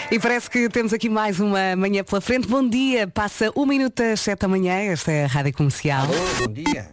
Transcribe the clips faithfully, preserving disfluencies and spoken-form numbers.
E parece que temos aqui mais uma manhã pela frente. Bom dia, passa um minuto às sete da manhã, esta é a Rádio Comercial. Alô, bom dia.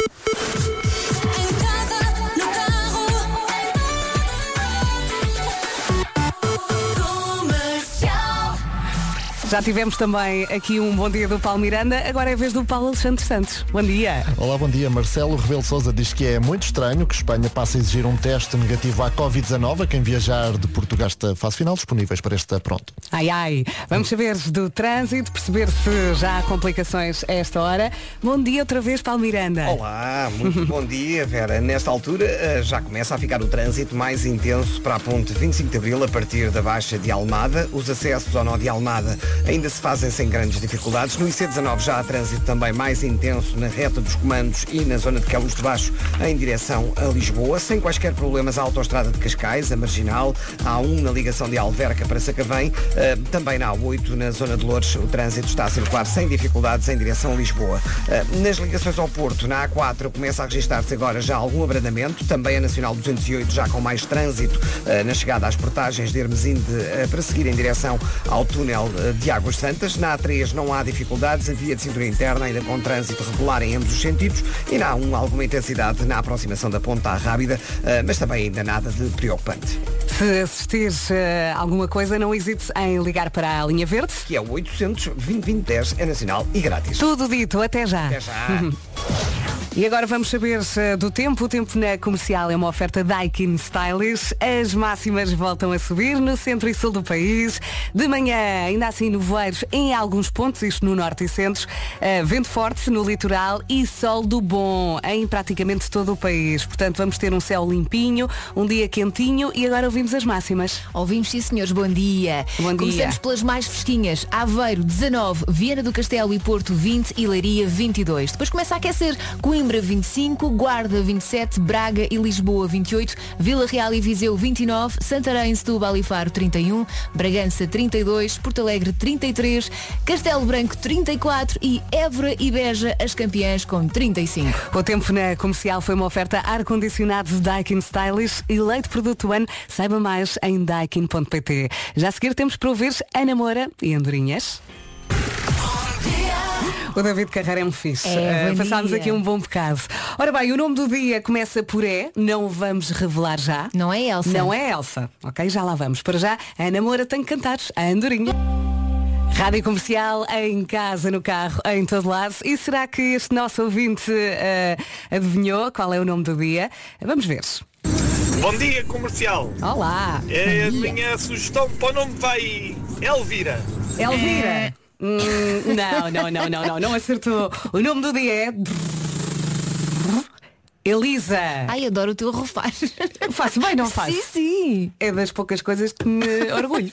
Já tivemos também aqui um bom dia do Paulo Miranda, agora é a vez do Paulo Alexandre Santos. Bom dia. Olá, bom dia. Marcelo Rebelo de Sousa diz que é muito estranho que Espanha passe a exigir um teste negativo à covid dezanove a quem viajar de Portugal esta fase final, disponíveis para este pronto. Ai, ai. Vamos saber do trânsito, perceber se já há complicações a esta hora. Bom dia outra vez, Paulo Miranda. Olá, muito bom dia, Vera. Nesta altura já começa a ficar o trânsito mais intenso para a ponte vinte e cinco de Abril a partir da Baixa de Almada. Os acessos ao nó de Almada ainda se fazem sem grandes dificuldades. No I C dezanove já há trânsito também mais intenso na reta dos Comandos e na zona de Queluz de Baixo em direção a Lisboa, sem quaisquer problemas. A autoestrada de Cascais, a Marginal, a A um na ligação de Alverca para Sacavém, uh, também na A oito na zona de Loures o trânsito está a circular sem dificuldades em direção a Lisboa. Uh, nas ligações ao Porto, na A quatro começa a registrar-se agora já algum abrandamento, também a Nacional duzentos e oito já com mais trânsito uh, na chegada às portagens de Hermesinde uh, para seguir em direção ao túnel uh, de Águas Santas. Na A três não há dificuldades, a via de cintura interna ainda com trânsito regular em ambos os sentidos e na A um alguma intensidade na aproximação da Ponta à Rábida, mas também ainda nada de preocupante. Se assistires a alguma coisa, não hesites em ligar para a linha verde. Que é o oitocentos, vinte, vinte, dez, é nacional e grátis. Tudo dito, até já. Até já. E agora vamos saber uh, do tempo. O tempo na Comercial é uma oferta Daikin Stylish. As máximas voltam a subir no centro e sul do país. De manhã, ainda assim, nevoeiros em alguns pontos, isto no norte e centro. Uh, vento forte no litoral e sol do bom em praticamente todo o país. Portanto, vamos ter um céu limpinho, um dia quentinho e agora ouvimos as máximas. Ouvimos, sim, senhores. Bom dia. Bom dia. Começamos pelas mais fresquinhas. Aveiro, dezanove. Viana do Castelo e Porto, vinte. E Leiria, vinte e dois. Depois começa a aquecer. Coimbra, vinte e cinco, Guarda vinte e sete, Braga e Lisboa vinte e oito, Vila Real e Viseu vinte e nove, Santarém, Setúbal e Faro trinta e um, Bragança trinta e dois, Porto Alegre trinta e três, Castelo Branco trinta e quatro e Évora e Beja as campeãs com trinta e cinco. O tempo na Comercial foi uma oferta ar-condicionado Daikin Stylish e leite produto ano. Saiba mais em daikin ponto pt. Já a seguir temos para ouvir Ana Moura e Andorinhas. O David Carreira é muito fixe. É, uh, passámos dia. aqui um bom bocado. Ora bem, o nome do dia começa por E, não vamos revelar já. Não é Elsa. Não é Elsa. Ok, já lá vamos. Para já, a Ana Moura tem que cantar a Andorinha. Rádio Comercial, em casa, no carro, em todo lado. E será que este nosso ouvinte uh, adivinhou qual é o nome do dia? Vamos ver. Bom dia, Comercial. Olá. É, a minha sugestão para o nome vai Elvira. Elvira. É... Hum, não, não, não, não, não, não acertou. O nome do dia é Elisa. Ai, adoro o teu rufar. Faço bem, não faço? Sim, sim. É das poucas coisas que me orgulho.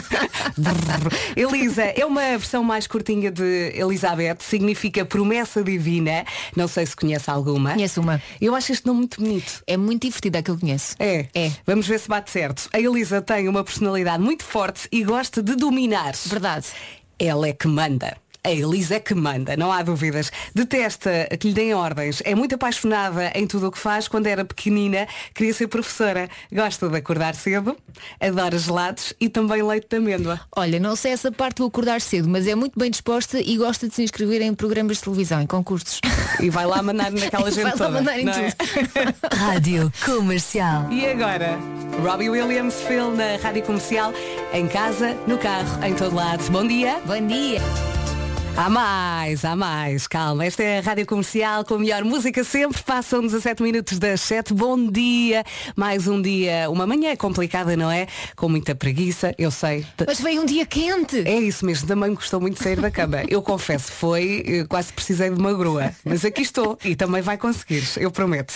Elisa é uma versão mais curtinha de Elizabeth, significa promessa divina. Não sei se conhece alguma. Conheço uma. Eu acho este nome muito bonito. É muito divertida a que eu conheço. É. É. Vamos ver se bate certo. A Elisa tem uma personalidade muito forte e gosta de dominar. Verdade. Ela é que manda. A Elisa é que manda, não há dúvidas. Detesta que lhe deem ordens. É muito apaixonada em tudo o que faz. Quando era pequenina, queria ser professora. Gosta de acordar cedo, adora gelados e também leite de amêndoa. Olha, não sei essa parte do acordar cedo, mas é muito bem disposta e gosta de se inscrever em programas de televisão, em concursos. E vai lá mandar naquela gente vai toda. Vai lá mandar em não tudo. É? Rádio Comercial. E agora, Robbie Williams, Phil na Rádio Comercial, em casa, no carro, em todo lado. Bom dia. Bom dia. Há mais, há mais, calma. Esta é a Rádio Comercial com a melhor música sempre. Passam dezassete minutos das sete. Bom dia. Mais um dia, uma manhã complicada, não é? Com muita preguiça, eu sei. Mas veio um dia quente. É isso mesmo, também me gostou muito de sair da cama. Eu confesso, foi, eu quase precisei de uma grua. Mas aqui estou e também vai conseguir, eu prometo.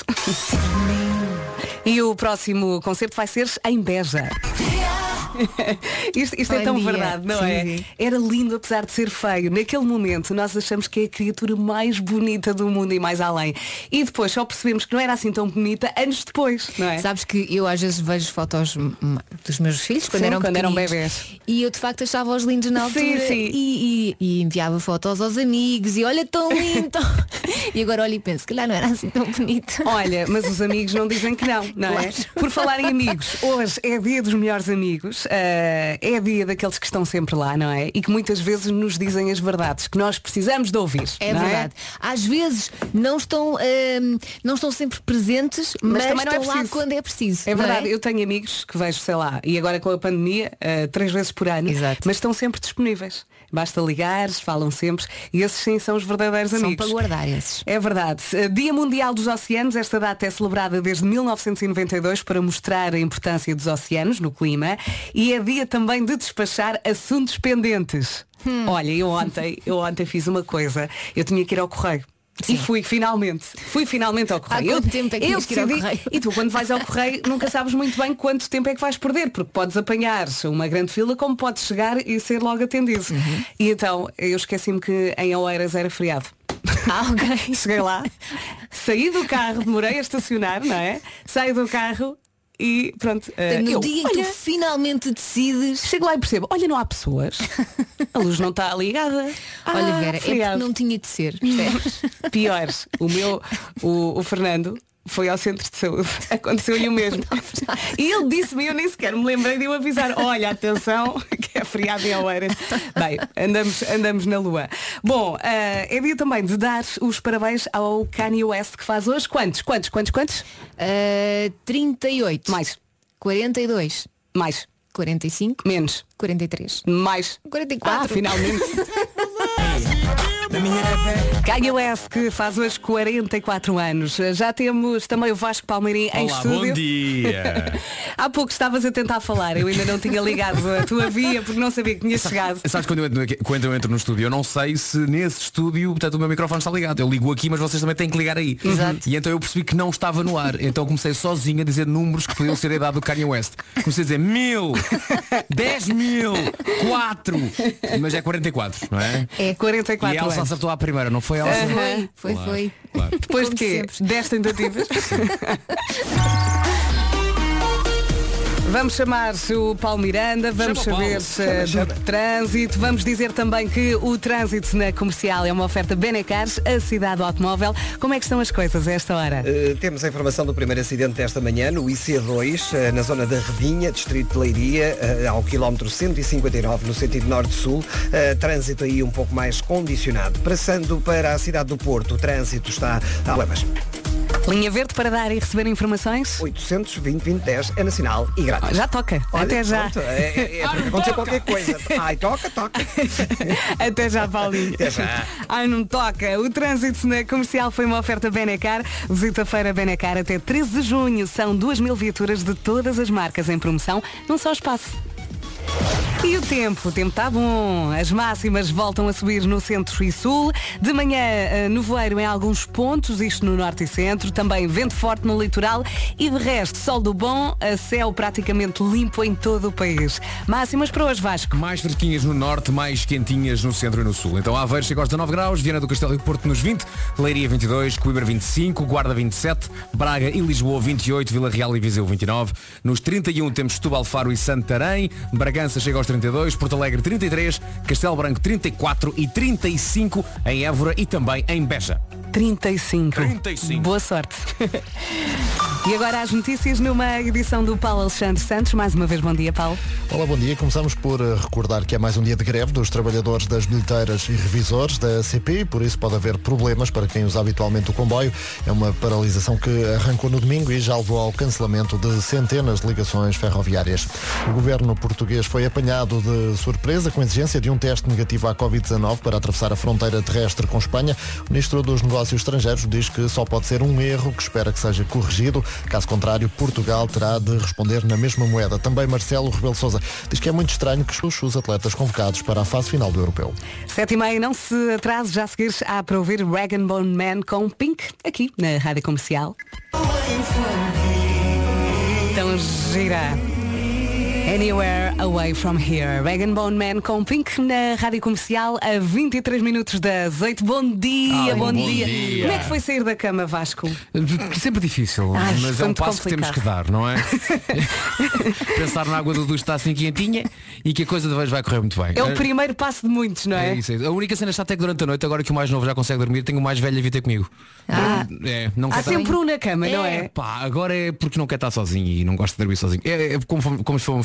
E o próximo concerto vai ser em Beja. isto isto é tão dia. verdade, não Sim. é? Era lindo apesar de ser feio. Naquele momento nós achamos que é a criatura mais bonita do mundo e mais além. E depois só percebemos que não era assim tão bonita anos depois, não é? Sabes que eu às vezes vejo fotos hum, dos meus filhos quando Sim, eram quando eram pequeninos, bebés. e eu de facto achava-os lindos na altura. Sim, sim. E, e- e enviava fotos aos amigos e olha tão lindo. E agora olho e penso que lá não era assim tão bonito. Olha, mas os amigos não dizem que não, não é? Claro. Por falar em amigos, hoje é dia dos melhores amigos. uh, é dia daqueles que estão sempre lá, não é? E que muitas vezes nos dizem as verdades que nós precisamos de ouvir. É não verdade. É? Às vezes não estão, uh, não estão sempre presentes, mas, mas também não é preciso. Lá quando é preciso. É verdade. É? Eu tenho amigos que vejo, sei lá, e agora com a pandemia, uh, três vezes por ano, Exato. mas estão sempre disponíveis. Basta ligar, falam sempre. E esses sim são os verdadeiros são amigos. São para guardar esses. É verdade. Dia Mundial dos Oceanos. Esta data é celebrada desde mil novecentos e noventa e dois para mostrar a importância dos oceanos no clima. E é dia também de despachar assuntos pendentes. Hum. Olha, eu ontem, eu ontem fiz uma coisa. Eu tinha que ir ao correio. Sim. E fui finalmente, fui finalmente ao correio. Há quanto tempo é que eu decidi, ir ao correio? E tu quando vais ao correio nunca sabes muito bem quanto tempo é que vais perder, porque podes apanhar uma grande fila como podes chegar e ser logo atendido. Uhum. E então eu esqueci-me que em Oeiras era feriado. Ah, ok. Cheguei lá, saí do carro, demorei a estacionar, não é? Saí do carro e pronto. Uh, no eu, dia em que tu finalmente decides. Chego lá e percebo, olha, não há pessoas. A luz não está ligada. Ah, olha, Vera, feriado. é porque não tinha de ser. Percebes? Piores. O meu, o, o Fernando foi ao centro de saúde. Aconteceu-lhe o mesmo. E ele disse-me, eu nem sequer me lembrei de eu avisar. Olha, atenção, que é feriado em Oeiras. Bem, andamos, andamos na lua. Bom, uh, é dia também de dar os parabéns ao Kanye West, que faz hoje. Quantos? Quantos? Quantos? Quantos? Uh, trinta e oito. Mais. quarenta e dois. Mais. quarenta e cinco. Menos. quarenta e três. Mais. quarenta e quatro. Ah, finalmente. Kanye West, que faz hoje quarenta e quatro anos. Já temos também o Vasco Palmeirim em Olá, estúdio. bom dia. Há pouco estavas a tentar falar, eu ainda não tinha ligado a tua via porque não sabia que tinha chegado. Sabes quando eu, entro, quando eu entro no estúdio, eu não sei se nesse estúdio, portanto, o meu microfone está ligado. Eu ligo aqui, mas vocês também têm que ligar aí. Exato. E então eu percebi que não estava no ar. Então comecei sozinho a dizer números que podiam ser a idade do Kanye West. Comecei a dizer mil, dez mil, quatro, mas é quarenta e quatro, não é? É quarenta e quatro E a Elsa anos. acertou à primeira, não foi, Elsa? Uhum. Foi, foi, Claro, foi. Claro. Depois Como de quê? sempre. dez tentativas? Vamos chamar o Paulo Miranda, vamos Chama o Paulo. saber uh, Chama, do chama. trânsito, vamos dizer também que o trânsito na comercial é uma oferta Benecars, a cidade do automóvel. Como é que estão as coisas a esta hora? Uh, temos a informação do primeiro acidente desta manhã no I C dois, uh, na zona da Redinha, distrito de Leiria, uh, ao quilómetro cento e cinquenta e nove, no sentido norte-sul. Uh, trânsito aí um pouco mais condicionado. Passando para a cidade do Porto, o trânsito está a problemas. Linha verde para dar e receber informações? oitocentos e vinte, vinte, dez é nacional e grátis. Já toca. Olha, Até já. pronto, é, é, é para acontecer qualquer coisa. Ai, toca, toca. Até já, Paulinho. Até já. Ai, não toca. O trânsito na comercial foi uma oferta Benecar. Visita a feira Benecar até treze de junho. São duas mil viaturas de todas as marcas em promoção num só espaço. E o tempo, o tempo está bom. As máximas voltam a subir no centro e sul. De manhã, nevoeiro em alguns pontos, isto no norte e centro. Também vento forte no litoral. E de resto, sol do bom, a céu praticamente limpo em todo o país. Máximas para hoje, Vasco. Mais fresquinhas no norte, mais quentinhas no centro e no sul. Então Aveiro chega aos dezanove graus, Viana do Castelo e Porto nos vinte, Leiria vinte e dois, Coimbra vinte e cinco, Guarda vinte e sete, Braga e Lisboa vinte e oito, Vila Real e Viseu vinte e nove. Nos trinta e um temos Setúbal, Faro e Santarém. Bragança chega aos trinta e dois, Porto Alegre trinta e três, Castelo Branco trinta e quatro e trinta e cinco em Évora e também em Beja. trinta e cinco. trinta e cinco. Boa sorte. E agora as notícias numa edição do Paulo Alexandre Santos. Mais uma vez, bom dia, Paulo. Olá, bom dia. Começamos por uh, recordar que é mais um dia de greve dos trabalhadores das bilheteiras e revisores da C P, por isso pode haver problemas para quem usa habitualmente o comboio. É uma paralisação que arrancou no domingo e já levou ao cancelamento de centenas de ligações ferroviárias. O governo português foi apanhado de surpresa com a exigência de um teste negativo à covid dezanove para atravessar a fronteira terrestre com Espanha. O ministro dos Negócios Estrangeiros diz que só pode ser um erro, que espera que seja corrigido. Caso contrário, Portugal terá de responder na mesma moeda. Também Marcelo Rebelo de Sousa diz que é muito estranho que os atletas convocados para a fase final do Europeu. Sete e meia, não se atrase, já a seguir há para ouvir Rag and Bone Man com Pink, aqui na Rádio Comercial. Então gira. Anywhere Away From Here. Rag and Bone Man com Pink na Rádio Comercial a vinte e três minutos das oito. Bom dia, Ai, bom, bom dia. dia. Como é que foi sair da cama, Vasco? Sempre difícil, Ai, mas foi é um muito passo que temos que dar, não é? Pensar na água do duche está assim quentinha e que a coisa de vez vai correr muito bem. É o primeiro passo de muitos, não é? É isso, é isso. A única cena chata é que durante a noite, agora que o mais novo já consegue dormir, tenho o mais velho a vir ter comigo. Ah. É, não Há quer sempre um na cama, não é? Pá, agora é porque não quer estar sozinho e não gosta de dormir sozinho. É, é como, fomos- como fomos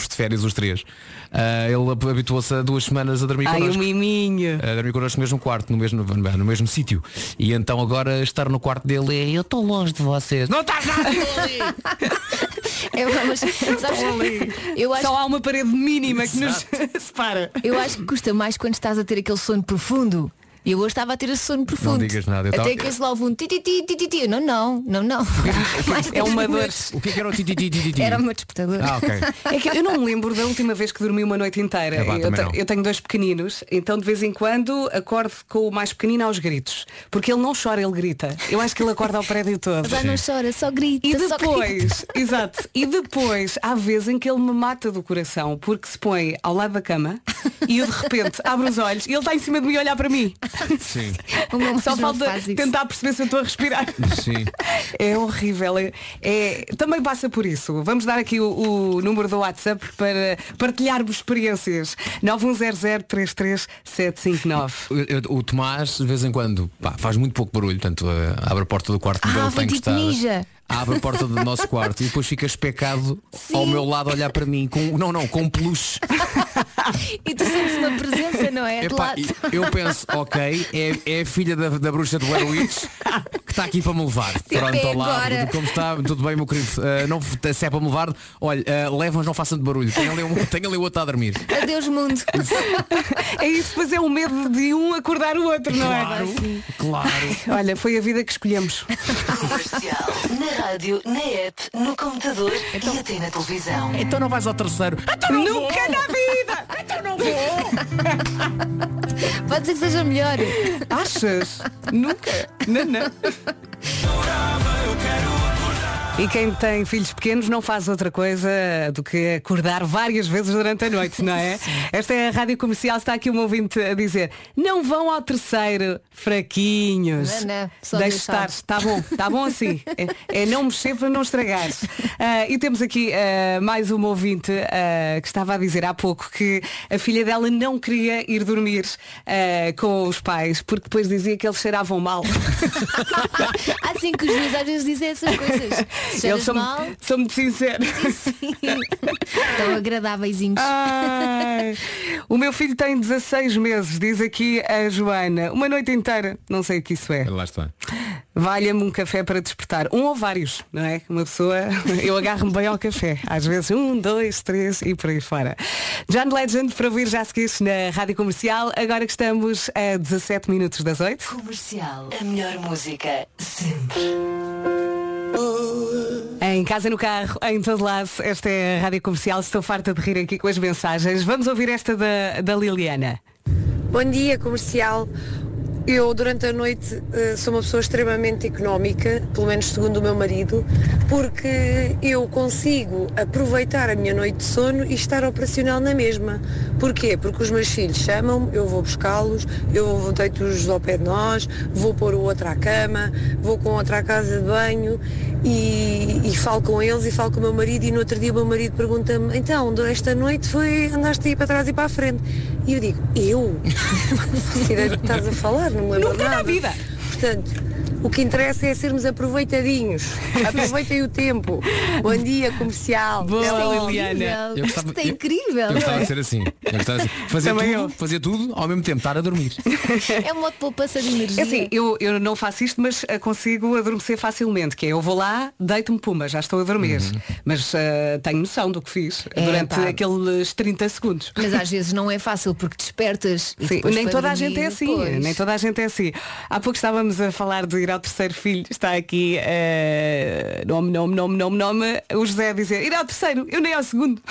de férias os três. Uh, ele habituou-se a duas semanas a dormir Ai, connosco. um miminho. A dormir connosco no mesmo quarto, no mesmo, no mesmo sítio. E então agora estar no quarto dele é eu estou longe de vocês. Não estás nada ali! É, mas, sabes, eu acho, Só há uma parede mínima que nos separa. eu acho que custa mais quando estás a ter aquele sono profundo. E eu hoje estava a ter esse sono profundo. Não digas nada, eu Até tava- que esse lá houve um tititi, tititi. Não, não, não, não. Mais É uma dez dor. minutos. O que é que era o tititi? Era o meu despertador. Ah, ok. É que eu não me lembro da última vez que dormi uma noite inteira. É pá, eu, também te- não. eu tenho dois pequeninos, então de vez em quando acordo com o mais pequenino aos gritos. Porque ele não chora, ele grita. Eu acho que ele acorda ao prédio todo. Já não chora, só grita. E só grita. depois, exato, e depois há vezes em que ele me mata do coração porque se põe ao lado da cama e eu de repente abro os olhos e ele está em cima de mim a olhar para mim. Sim. O meu Só mais novo falta faz isso. tentar perceber se eu estou a respirar. Sim. É horrível. É, é- também passa por isso. Vamos dar aqui o, o número do WhatsApp para partilharmos experiências. nove um zero zero três três sete cinco nove. Eu- eu- O Tomás, de vez em quando, pá, faz muito pouco barulho, portanto, eh, abre a porta do quarto onde Ah, ele foi tem tipo encostado. ninja. Abre a porta do nosso quarto e depois fica especado Sim. ao meu lado a olhar para mim com, não, não, com um peluche. E tu sentes uma presença, não é? De Epá, lado. e eu penso, ok, é, é a filha da, da bruxa do Blair Witch que está aqui para me levar. Pronto, é olá, agora. como está? Tudo bem, meu querido? Uh, não, se é para me levar, olha, uh, leva, mas não façam de barulho. Tenha ali, um, tenha ali o outro a dormir. Adeus mundo. É isso, pois é o medo de um acordar o outro, não é? Claro, claro. Olha, foi a vida que escolhemos. Comercial. Na rádio, na app, no computador e até na televisão. Então não vais ao terceiro. Então não Nunca vou. na vida! Então não vou. Pode ser que seja melhor. Achas? Nunca. Não, não. E quem tem filhos pequenos não faz outra coisa do que acordar várias vezes durante a noite, não é? Esta é a Rádio Comercial, está aqui um ouvinte a dizer: não vão ao terceiro, fraquinhos. Não, não, só Deixe deixar. estar, está bom, está bom assim. É, é não mexer para não estragar. Ah, e temos aqui ah, mais uma ouvinte ah, que estava a dizer há pouco que a filha dela não queria ir dormir ah, com os pais, porque depois dizia que eles cheiravam mal. Há assim que os juízes às vezes dizem essas coisas. Se cheiras Eles são, mal, são muito sinceros. sim. Estão agradáveis. Ai, o meu filho tem dezasseis meses, diz aqui a Joana. Uma noite inteira, não sei o que isso é. Lá está. Valha-me um café para despertar. Um ou vários, não é? Uma pessoa, eu agarro-me bem ao café. Às vezes um, dois, três e por aí fora. John Legend para ouvir já seguiste na Rádio Comercial. Agora que estamos a dezassete minutos das oito. Comercial. A melhor música sempre. Em casa, no carro, em todo lado, esta é a Rádio Comercial. Estou farta de rir aqui com as mensagens. Vamos ouvir esta da, da Liliana. Bom dia, comercial. Eu, durante a noite, eh, sou uma pessoa extremamente económica, pelo menos segundo o meu marido, porque eu consigo aproveitar a minha noite de sono e estar operacional na mesma. Porquê? Porque os meus filhos chamam-me, eu vou buscá-los, eu deito-os ao pé de nós, vou pôr o outro à cama, vou com o outro à casa de banho e, e falo com eles e falo com o meu marido e no outro dia o meu marido pergunta-me: então, esta noite foi, andaste aí para trás e para a frente? E eu digo: eu? Que ideia que estás a falar? Não me lembro Nunca nada. na vida. Portanto, o que interessa é sermos aproveitadinhos. Aproveitem o tempo. Bom dia, comercial. Boa, Até Liliana. Eu gostava- Isto é eu- incrível. Eu gostava de ser assim. Eu gostava de ser- Fazer Também tudo, eu. fazer tudo ao mesmo tempo, estar a dormir. É uma poupança de energia. É assim, eu, eu não faço isto, mas ah, consigo adormecer facilmente. Que é, eu vou lá, deito-me, puma, já estou a dormir. Mas ah, tenho noção do que fiz É, durante pá. aqueles trinta segundos. Mas às vezes não é fácil porque despertas e Sim, depois nem para toda a dormir, gente é assim, depois. nem toda a gente é assim. Há pouco estávamos a falar de ir ao terceiro filho, está aqui eh, nome, nome, nome, nome, nome, o José a dizer, ir ao terceiro, eu nem ao segundo.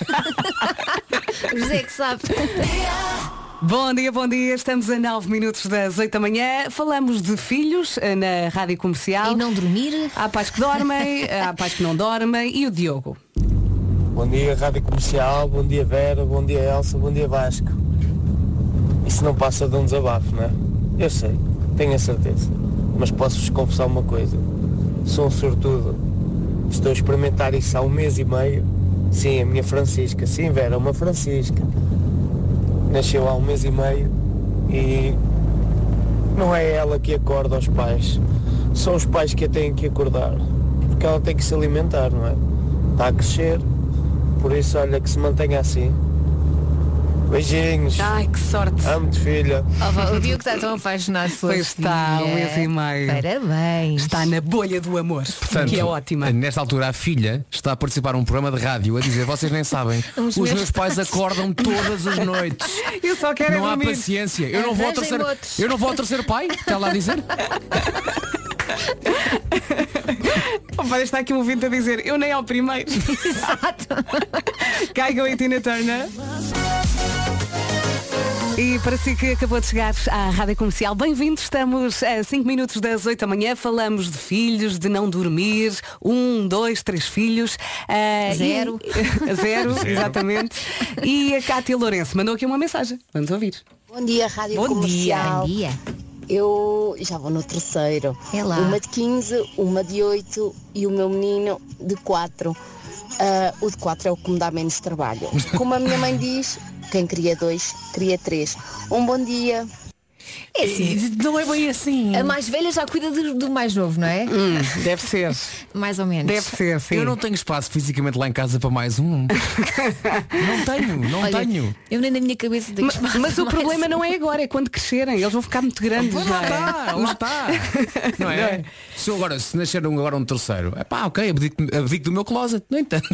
O José que sabe. Bom dia, bom dia, estamos a nove minutos das oito da manhã, falamos de filhos eh, na Rádio Comercial. E não dormir. Há pais que dormem, há pais que não dormem e o Diogo. Bom dia, Rádio Comercial, bom dia Vera, bom dia Elsa, bom dia Vasco. Isso não passa de um desabafo, não é? Eu sei, tenho a certeza. Mas posso-vos confessar uma coisa. Sou um sortudo. Estou a experimentar isso há um mês e meio. Sim, a minha Francisca. Sim, Vera, uma Francisca. Nasceu há um mês e meio e não é ela que acorda aos pais. São os pais que a têm que acordar. Porque ela tem que se alimentar, não é? Está a crescer Por isso, olha, que se mantenha assim. Beijinhos. Ai, que sorte. Amo-te, filha. Oh, o Diogo está tão apaixonado pela Pois está, um mês e meio. Parabéns. Está na bolha do amor, Portanto, que é ótima. nesta altura a filha está a participar num programa de rádio a dizer, vocês nem sabem, Os os meus meus pais acordam todas as noites. Eu só quero é Não há dormir. paciência. Eu não vou ao Arranjem terceiro. outros. Eu não vou ao terceiro pai, está lá a dizer. Opa, está aqui um ouvinte a dizer, eu nem ao primeiro. Exato. Caiga e Tina Turner. E para si que acabou de chegar à Rádio Comercial, bem-vindo. Estamos a cinco minutos das oito da manhã. Falamos de filhos, de não dormir. Um, dois, três filhos. Uh, Zero. E... Zero, exatamente. E a Cátia Lourenço mandou aqui uma mensagem. Vamos ouvir. Bom dia, Rádio Bom Comercial. Bom dia. Eu já vou no terceiro. É lá. Uma de quinze, uma de oito e o meu menino de quatro. Uh, o de quatro é o que me dá menos trabalho. Como a minha mãe diz, quem queria dois, queria três. Um bom dia. É assim, Não é bem assim. a mais velha já cuida do, do mais novo, não é? Hum, deve ser. Mais ou menos. Deve ser, sim. Eu não tenho espaço fisicamente lá em casa para mais um. Não tenho, não Olha, tenho. eu nem na minha cabeça tenho Mas, espaço mas o mais. problema não é agora, é quando crescerem. Eles vão ficar muito grandes. Pois não lá é? está, lá está. Não é? Se eu agora, se nascer um, agora um terceiro, é pá, ok, abdico, abdico do meu closet. No entanto.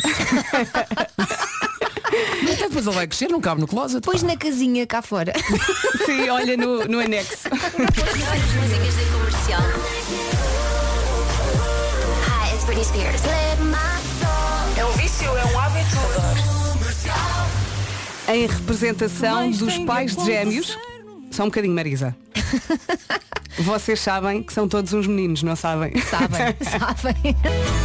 No entanto, depois ele vai crescer, não cabe no closet. Depois pá. na casinha cá fora. Sim, olha no, no anexo. Várias músicas da Comercial. Hi, it's Britney Spears. É um vício, é um hábito. Em representação dos pais de gêmeos. Só um bocadinho, Marisa. Vocês sabem que são todos uns meninos, não sabem? Sabem, sabem.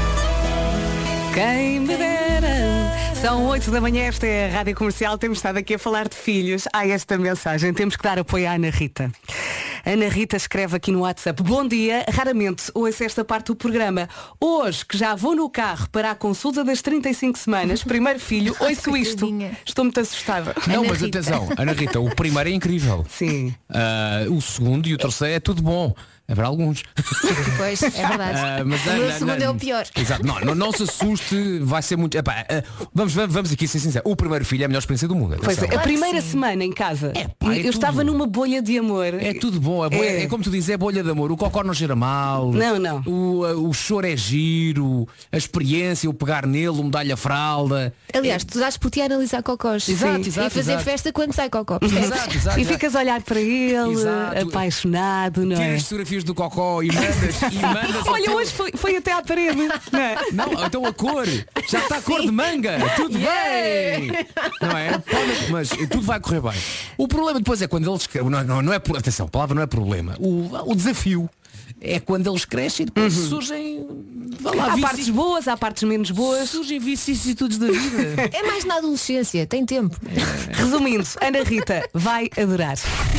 Quem me dera. São oito da manhã, esta é a Rádio Comercial. Temos estado aqui a falar de filhos. Há esta mensagem, temos que dar apoio à Ana Rita. Ana Rita escreve aqui no WhatsApp: bom dia, raramente ouço esta parte do programa. Hoje, que já vou no carro para a consulta das trinta e cinco semanas, primeiro filho, ouço isto. Coitadinha. Estou muito assustada. Não, Ana mas Rita. atenção, Ana Rita, o primeiro é incrível. Sim. Ah, o segundo e o terceiro é tudo bom. Haverá alguns. Pois, é verdade. Ah, mas, o ah, meu não, segundo não, é o pior. Exato. Não, não, não se assuste, vai ser muito. Epá, ah, vamos, vamos, vamos aqui ser sinceros. O primeiro filho é a melhor experiência do mundo. Pois é, atenção. a primeira sim. semana em casa, É, pá, é eu estava tudo. numa bolha de amor. É tudo bom, é, bom, é. É. é como tu dizes, é bolha de amor. O cocó não cheira mal. Não, não. O, ah, o choro é giro, a experiência, o pegar nele, o medalha fralda. Aliás, tu dás por ti a analisar cocós. Exato, Sim. exato, E fazer exato. festa quando sai cocó. Exato, exato. E exato. ficas a olhar para ele, Exato. apaixonado, não é? Tiras fotografias do cocó e mandas, e mandas ao Olha, teu- hoje foi, foi até à parede. Não é? Não, então a cor. Já está a cor de manga. Tudo bem. Não é? Pode- mas tudo vai correr bem. O problema depois é quando eles. Não, não, não é, por- atenção, a palavra não é problema. O, o desafio é quando eles crescem e depois surgem. Vá lá, Há vici- partes boas, há partes menos boas. surgem vicissitudes da vida. É mais na adolescência, tem tempo. Resumindo, Ana Rita vai adorar.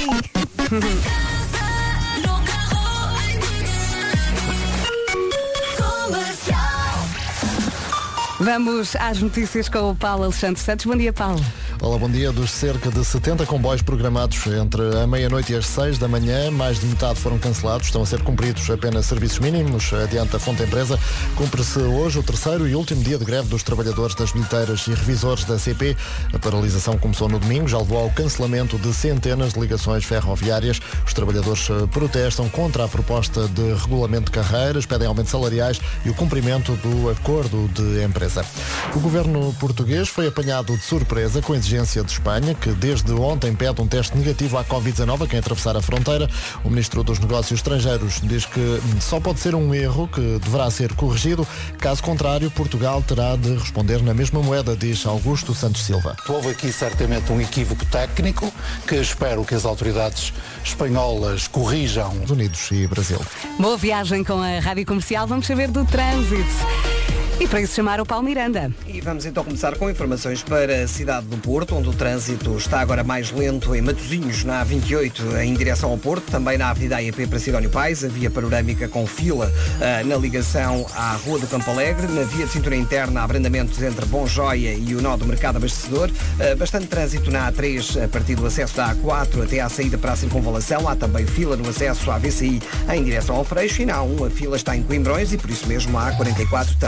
Vamos às notícias com o Paulo Alexandre Santos. Bom dia, Paulo. Olá, bom dia. Dos cerca de setenta comboios programados entre a meia-noite e as seis da manhã, mais de metade foram cancelados. Estão a ser cumpridos apenas serviços mínimos. Adianta a fonte empresa. Cumpre-se hoje o terceiro e último dia de greve dos trabalhadores das bilheteiras e revisores da C P. A paralisação começou no domingo, já levou ao cancelamento de centenas de ligações ferroviárias. Os trabalhadores eh, protestam contra a proposta de regulamento de carreiras, pedem aumentos salariais e o cumprimento do acordo de empresa. O governo português foi apanhado de surpresa com a exigência de Espanha, que desde ontem pede um teste negativo à covid dezanove a quem atravessar a fronteira. O ministro dos Negócios Estrangeiros diz que só pode ser um erro que deverá ser corrigido. Caso contrário, Portugal terá de responder na mesma moeda, diz Augusto Santos Silva. Houve aqui certamente um equívoco técnico que espero que as autoridades espanholas corrijam. Estados Unidos e Brasil. Boa viagem com a Rádio Comercial. Vamos saber do trânsito. E para isso chamar o Paulo Miranda. E vamos então começar com informações para a cidade do Porto, onde o trânsito está agora mais lento em Matosinhos, na A vinte e oito, em direção ao Porto, também na Avenida A E P para Sidónio Pais, a via panorâmica com fila uh, na ligação à Rua do Campo Alegre, na via de cintura interna há abrandamentos entre Bom Joia e o nó do Mercado Abastecedor, uh, bastante trânsito na A três a partir do acesso da A quatro até à saída para a circunvalação, há também fila no acesso à V C I em direção ao Freixo e na A um a fila está em Coimbrões e por isso mesmo a A quarenta e quatro também com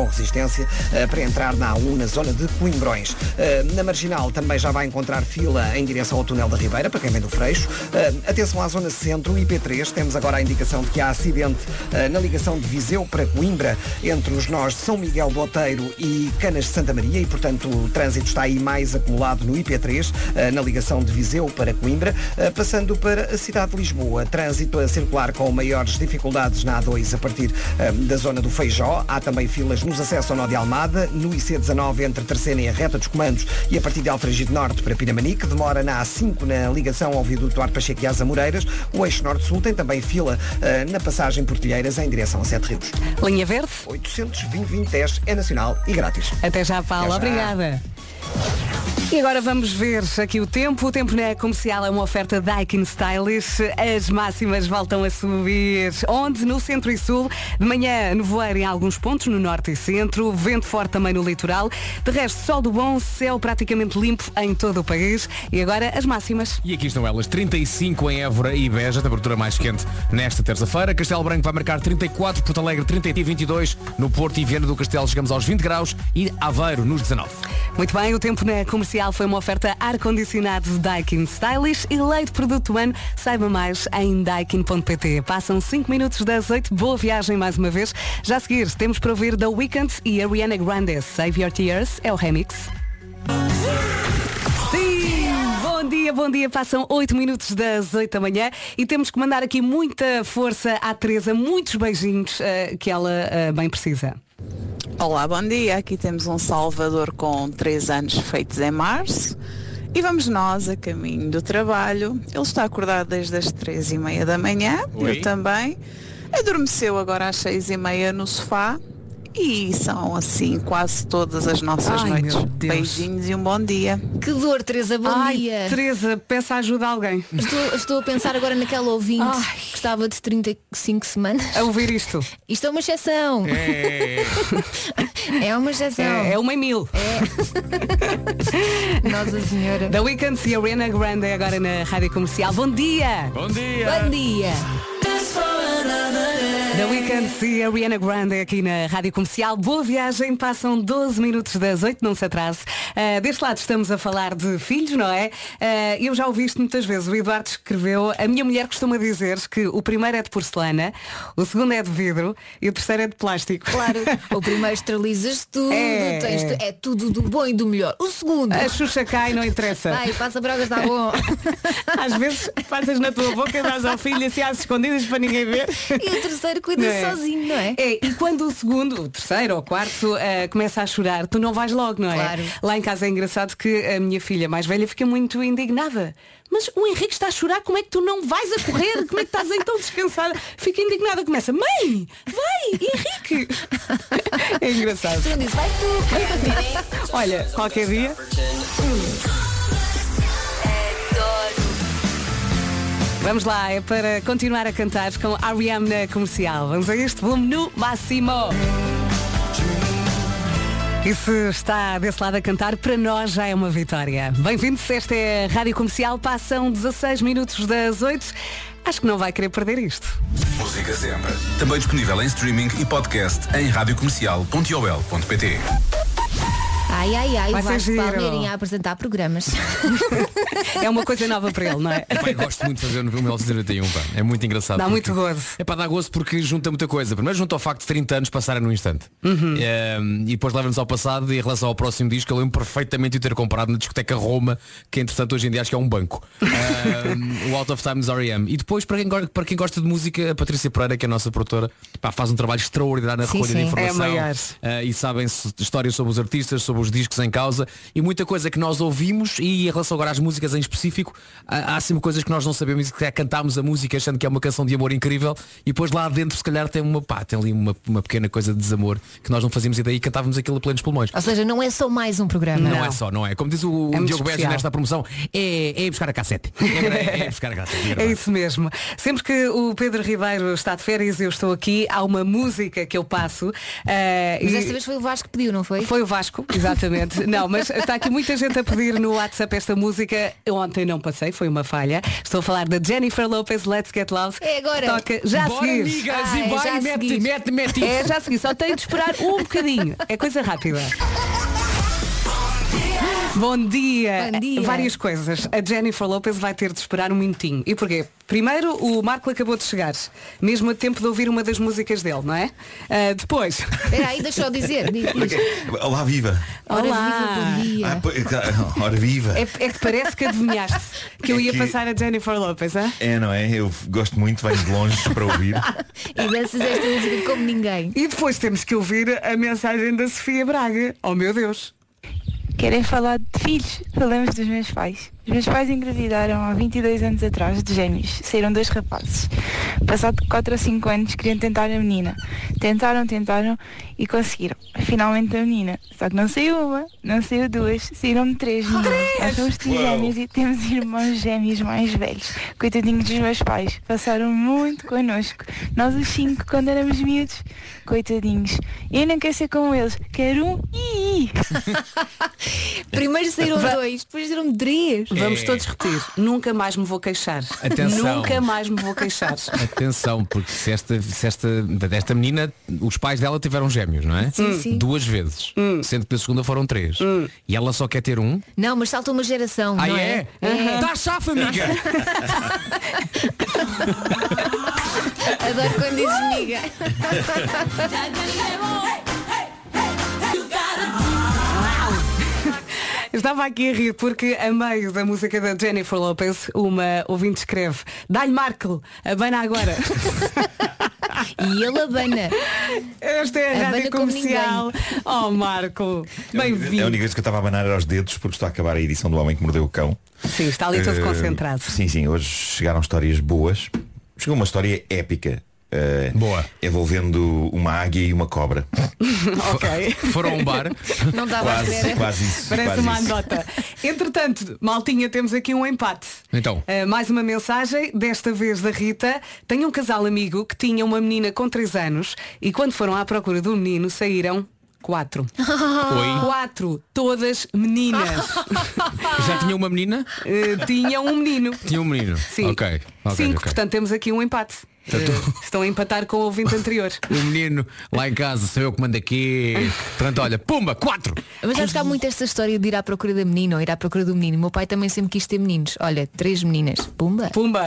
com resistência uh, para entrar na A um na zona de Coimbrões. Uh, na Marginal também já vai encontrar fila em direção ao túnel da Ribeira, para quem vem do Freixo. Uh, atenção à zona centro, I P três, temos agora a indicação de que há acidente uh, na ligação de Viseu para Coimbra, entre os nós de São Miguel do Oteiro e Canas de Santa Maria, e portanto o trânsito está aí mais acumulado no I P três, uh, na ligação de Viseu para Coimbra. Uh, passando para a cidade de Lisboa, trânsito a circular com maiores dificuldades na A dois a partir uh, da zona do Feijó. Há também filas nos acessos ao nó de Almada, no I C dezanove entre Terceira e a reta dos Comandos e a partir de Alfragide Norte para Pinamanique. Demora na A cinco na ligação ao viaduto Duarte Pacheco e às Amoreiras. O eixo Norte-Sul tem também fila uh, na passagem Portilheiras em direção a Sete Rios. Linha Verde oitocentos e vinte, vinte, dez é nacional e grátis. Até já, Paula. Até já. Obrigada. E agora vamos ver aqui o tempo. O tempo na comercial é uma oferta Daikin Stylish. As máximas voltam a subir. Onde? No centro e sul. De manhã, nevoeiro em alguns pontos, no norte e centro. Vento forte também no litoral. De resto, sol do bom, céu praticamente limpo em todo o país. E agora, as máximas. E aqui estão elas. trinta e cinco em Évora e Beja, temperatura mais quente nesta terça-feira. Castelo Branco vai marcar trinta e quatro, Porto Alegre trinta e vinte e dois. No Porto e Viana do Castelo chegamos aos vinte graus e Aveiro nos dezanove. Muito bem, o tempo na comercial foi uma oferta ar-condicionado Daikin Stylish e leite produto do ano. Saiba mais em daikin ponto pt. Passam cinco minutos das oito. Boa viagem mais uma vez. Já a seguir, temos para ouvir The Weeknd e Ariana Grande. Save Your Tears é o remix. Sim! Bom dia, bom dia. Passam oito minutos das oito da manhã e temos que mandar aqui muita força à Teresa. Muitos beijinhos uh, que ela uh, bem precisa. Olá, bom dia. Aqui temos um Salvador com três anos feitos em março e vamos nós a caminho do trabalho. Ele está acordado desde as três e meia da manhã, Oi. eu também. Adormeceu agora às seis e meia no sofá e são assim quase todas as nossas Ai, noites. meu Deus. Beijinhos e um bom dia. Que dor, Teresa, bom Ai, dia. Teresa, peça ajuda a alguém. Estou, estou a pensar agora naquela ouvinte Ai. que estava de trinta e cinco semanas. A ouvir isto. Isto é uma exceção. É. É uma exceção. É, é uma em mil. É. Nossa Senhora. The Weeknd e Ariana Grande agora na Rádio Comercial. Bom dia! Bom dia! Bom dia. The Weeknd e Ariana Grande aqui na Rádio Comercial. Boa viagem, passam doze minutos das oito, não se atrase. Uh, deste lado estamos a falar de filhos, não é? Uh, eu já ouvi isto muitas vezes. O Eduardo escreveu, a minha mulher costuma dizer que o primeiro é de porcelana, o segundo é de vidro e o terceiro é de plástico. Claro, o primeiro esterilizas tudo, É, tens é. tu- é tudo do bom e do melhor. O segundo, A Xuxa cai, não interessa. vai, passa brogas, está bom. Às vezes passas na tua boca e dás ao filho assim às escondidas para ninguém ver. E o terceiro cuida Não é? sozinho, não é? É, e quando o segundo, o terceiro ou o quarto eh, começa a chorar, tu não vais logo, não é? Claro. Lá em casa é engraçado que a minha filha mais velha fica muito indignada. Mas o Henrique está a chorar, como é que tu não vais a correr? Como é que estás aí tão descansada? Fica indignada, começa, mãe, vai, Henrique! É engraçado. Tu não dizes, vai tu. Olha, qualquer dia. Vamos lá, é para continuar a cantar com a R E M na comercial. Vamos a este volume no máximo. E se está desse lado a cantar, para nós já é uma vitória. Bem-vindos, esta é a Rádio Comercial, passam dezasseis minutos das oito. Acho que não vai querer perder isto. Música sempre. Também disponível em streaming e podcast em rádio comercial ponto i o l ponto p t. Ai, ai, ai, Vai o ser Vasco giro. Palmeirinha a apresentar programas. É uma coisa nova para ele, não é? Epá, eu gosto muito de fazer no mil novecentos e noventa e um, pá. É muito engraçado. Dá porque- muito gozo. É para dar gozo porque junta muita coisa. Primeiro junta ao facto de trinta anos passarem num instante. Uhum. É, e depois leva-nos ao passado e em relação ao próximo disco eu lembro perfeitamente de o ter comprado na discoteca Roma, que entretanto hoje em dia acho que é um banco. É, o Out of Time's R E M. E depois para quem, go- para quem gosta de música, a Patrícia Pereira, que é a nossa produtora, pá, faz um trabalho extraordinário na Sim, recolha de sim. informação. É a maior. Uh, e sabem histórias sobre os artistas, sobre os discos em causa e muita coisa que nós ouvimos e em relação agora às músicas em específico há, há sempre coisas que nós não sabemos e que é, cantámos a música achando que é uma canção de amor incrível e depois lá dentro se calhar tem uma pá, tem ali uma, uma pequena coisa de desamor que nós não fazíamos ideia e cantávamos aquilo a plenos pulmões. Ou seja, não é só mais um programa. Não, é só, não é. Como diz o, o É muito Diogo Beja especial. nesta promoção, é, é ir buscar a cassete. É, é, é ir buscar a cassete. É É verdade. isso mesmo. Sempre que o Pedro Ribeiro está de férias e eu estou aqui, há uma música que eu passo. eh, Mas e- desta vez foi o Vasco que pediu, não foi? Foi o Vasco, exatamente. Não, mas está aqui muita gente a pedir no WhatsApp esta música. eu ontem não passei, foi uma falha. Estou a falar da Jennifer Lopez, Let's Get Loud. É agora. Toca já a Bora, seguir. amigas, Ah, e é vai, já a mete, seguir. mete, mete, mete. É já a seguir, só tenho de esperar um bocadinho. É coisa rápida. Bom dia. Bom dia. Várias coisas. A Jennifer Lopez vai ter de esperar um minutinho. E porquê? Primeiro, o Marco acabou de chegar. Mesmo a tempo de ouvir uma das músicas dele, não é? Uh, depois. Espera aí, deixa eu dizer. Diz, diz. Olá, viva. Ora Olá. viva, bom dia. Ah, pô, ora, viva. É, é que parece que adivinhaste que eu É ia que- passar a Jennifer Lopez, hein? É, não é? Eu gosto muito, venho de longe para ouvir. E danças esta música como ninguém. E depois temos que ouvir a mensagem da Sofia Braga. Oh meu Deus. Querem falar de filhos? Falamos dos meus pais. Os meus pais engravidaram há vinte e dois anos atrás de gêmeos. Saíram dois rapazes. Passado quatro ou cinco anos queriam tentar a menina. Tentaram, tentaram e conseguiram. Finalmente a menina. Só que não saiu uma, não saiu duas, saíram três meninas. Nós somos trigêmeos e temos irmãos gêmeos mais velhos. Coitadinhos dos meus pais. Passaram muito connosco. Nós os cinco quando éramos miúdos. Coitadinhos. Eu não quero ser como eles. Quero um i. Primeiro saíram dois, depois saíram três. Vamos É. todos repetir. Nunca mais me vou queixar. Atenção. Nunca mais me vou queixar. Atenção, porque se esta, se esta, desta menina, os pais dela tiveram gêmeos, não é? Sim, sim. Duas vezes. Sendo que da segunda foram três. E ela só quer ter um. Não, mas salta uma geração, Ah, não é? é? Está chafa, amiga! Adoro quando dizes miga. Estava aqui a rir porque a meio da música da Jennifer Lopez, uma ouvinte escreve: dá-lhe Marco, abana agora. E ele abana. Esta é a Abana rádio como comercial. Oh Marco, A bem-vindo. única coisa que eu estava a abanar era os dedos porque está a acabar a edição do Homem que Mordeu o Cão. Sim, está ali todo Eh, concentrado. Sim, sim, hoje chegaram histórias boas. Chegou uma história épica. eh, Boa. Envolvendo uma águia e uma cobra. Ok. Foram a um bar. Não estava à Quase, espera. quase isso. Parece quase uma isso. anedota. Entretanto, maltinha, temos aqui um empate. Então. Uh, mais uma mensagem, desta vez da Rita. Tem um casal amigo que tinha uma menina com três anos e quando foram à procura do menino saíram quatro. Oi. Quatro, todas meninas. Já tinha uma menina? Uh, tinha um menino. Tinha um menino. Sim. Ok. ok, Cinco, ok. portanto temos aqui um empate. Uh, estão a empatar com o ouvinte anterior. O menino lá em casa, sou eu que mando aqui. Portanto, olha, pumba, quatro. Mas acho que há muito esta história de ir à procura da menina ou ir à procura do menino. O meu pai também sempre quis ter meninos. Olha, três meninas. Pumba. Pumba.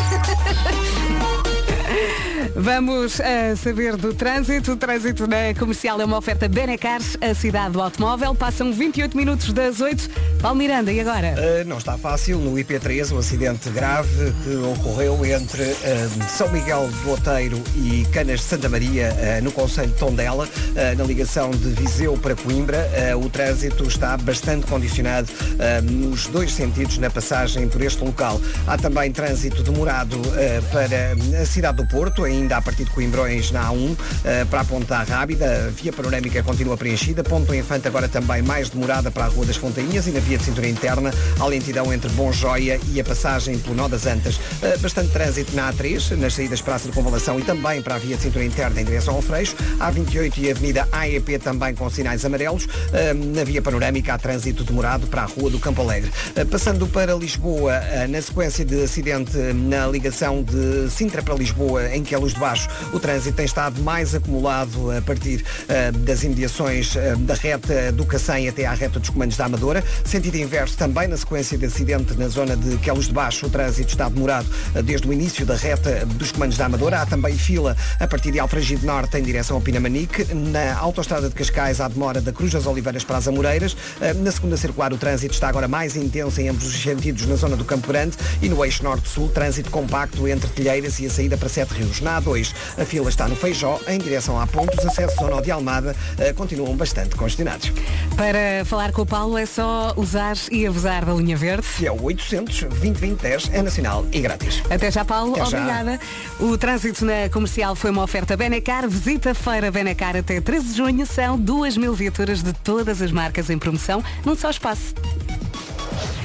Vamos a saber do trânsito. O trânsito na comercial é uma oferta Benecar, a cidade do automóvel. Passam vinte e oito minutos das oito. Paulo Miranda, e agora? Uh, não está fácil. No I P três, um acidente grave que ocorreu entre uh, São Miguel do Outeiro e Canas de Santa Maria, uh, no concelho de Tondela, uh, na ligação de Viseu para Coimbra. Uh, o trânsito está bastante condicionado uh, nos dois sentidos na passagem por este local. Há também trânsito demorado uh, para a cidade do Porto, ainda a partir de Coimbrões na A um, uh, para a Ponta Rábida. A via panorâmica continua preenchida. Ponto do Infante agora também mais demorada para a Rua das Fontainhas e na via de cintura interna há lentidão entre Bom Joia e a passagem pelo Nó das Antas. Uh, bastante trânsito na A três, nas saídas para a Circunvalação e também para a via de cintura interna em direção ao Freixo. A vinte e oito e a Avenida A E P também com sinais amarelos. Uh, na via panorâmica há trânsito demorado para a Rua do Campo Alegre. Uh, passando para Lisboa, uh, na sequência de acidente na ligação de Sintra para Lisboa, em que é Luz de Baixo, o trânsito tem estado mais acumulado a partir uh, das imediações uh, da reta do Cacém até à reta dos Comandos da Amadora. Sentido inverso também na sequência de acidente na zona de Queluz de Baixo, o trânsito está demorado uh, desde o início da reta dos Comandos da Amadora. Há também fila a partir de Alfragide Norte em direção ao Pinamanique. Na autoestrada de Cascais há demora da Cruz das Oliveiras para as Amoreiras. Uh, na segunda circular o trânsito está agora mais intenso em ambos os sentidos na zona do Campo Grande e no eixo norte-sul trânsito compacto entre Telheiras e a saída para Sete Rios. Na A dois a fila está no Feijó em direção à Ponte. Os acessos ao Nó de Almada uh, continuam bastante congestionados. Para falar com o Paulo é só usar e abusar da linha verde. Que é o oitocentos, vinte, vinte, dez, é nacional e grátis. Até já, Paulo. Até já. Obrigada. O trânsito na comercial foi uma oferta Benecar. Visita a feira Benecar até treze de junho. São duas mil viaturas de todas as marcas em promoção num só espaço.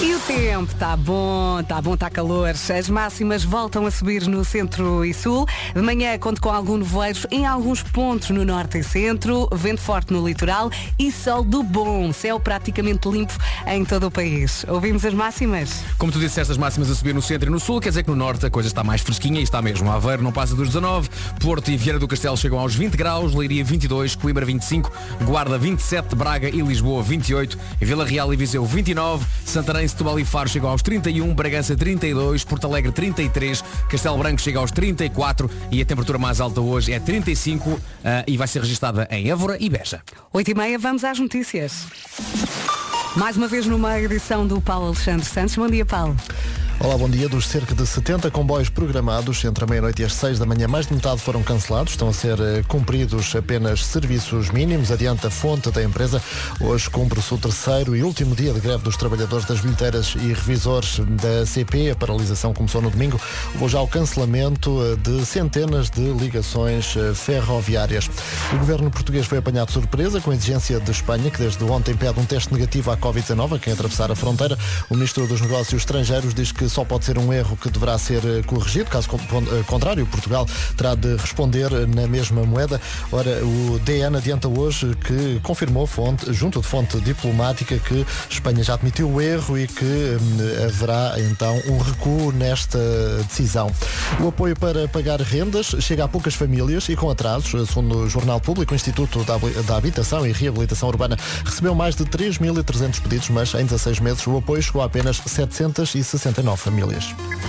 E o tempo está bom, está bom, está calor. As máximas voltam a subir no centro e sul. De manhã conto com algum nevoeiro em alguns pontos no norte e centro, vento forte no litoral e sol do bom. Céu praticamente limpo em todo o país. Ouvimos as máximas? Como tu disseste, as máximas a subir no centro e no sul, quer dizer que no norte a coisa está mais fresquinha e está mesmo. Aveiro não passa dos dezanove, Porto e Viana do Castelo chegam aos vinte graus, Leiria vinte e dois, Coimbra vinte e cinco, Guarda vinte e sete, Braga e Lisboa vinte e oito, Vila Real e Viseu vinte e nove, Santarém, Setúbal e Faro chegam aos trinta e um, Bragança trinta e dois, Porto Alegre trinta e três, Castelo Branco chega aos trinta e quatro e a temperatura mais alta hoje é trinta e cinco uh, e vai ser registada em Évora e Beja. oito e meia, vamos às notícias. Mais uma vez numa edição do Paulo Alexandre Santos. Bom dia, Paulo. Olá, bom dia. Dos cerca de setenta comboios programados entre a meia-noite e as seis da manhã, mais de metade foram cancelados. Estão a ser eh, cumpridos apenas serviços mínimos. Adianta a fonte da empresa. Hoje cumpre-se o terceiro e último dia de greve dos trabalhadores das bilheteiras e revisores da C P. A paralisação começou no domingo. Houve já o cancelamento de centenas de ligações ferroviárias. O governo português foi apanhado de surpresa com a exigência de Espanha, que desde ontem pede um teste negativo à covid dezanove a quem atravessar a fronteira. O ministro dos Negócios Estrangeiros diz que só pode ser um erro que deverá ser corrigido. Caso contrário, Portugal terá de responder na mesma moeda. Ora, o D N adianta hoje que confirmou fonte, junto de fonte diplomática, que Espanha já admitiu o erro e que hum, haverá então um recuo nesta decisão. O apoio para pagar rendas chega a poucas famílias e com atrasos. Segundo o Jornal Público, o Instituto da Habitação e Reabilitação Urbana recebeu mais de três mil e trezentos pedidos, mas em dezasseis meses o apoio chegou a apenas setecentas e sessenta e nove famílias.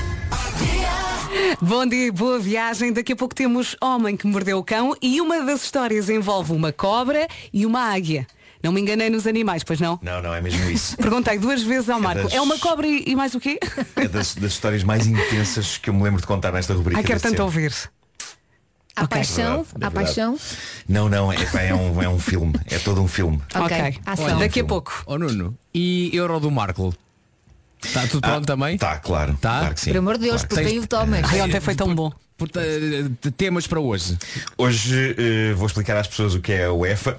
Bom dia, boa viagem. Daqui a pouco temos Homem que Mordeu o Cão e uma das histórias envolve uma cobra e uma águia. Não me enganei nos animais, pois não? Não, não, é mesmo isso. Perguntei duas vezes ao Marco. É, das... é uma cobra e, e mais o quê? É das, das histórias mais intensas que eu me lembro de contar nesta rubrica. Ai, quero tanto ouvir. Há okay. paixão? É verdade, é Há paixão? Não, não, é, é, um, é um filme. É todo um filme. Ok, okay. Olha, daqui um a pouco. Oh Nuno, e Euro do Marco? Está tudo pronto ah, também? Está, claro. Tá? Claro que sim. Por amor de Deus, claro porque tem o Thomas. Ai, ontem foi tão bom. Temas para hoje. Hoje uh, vou explicar às pessoas o que é a UEFA.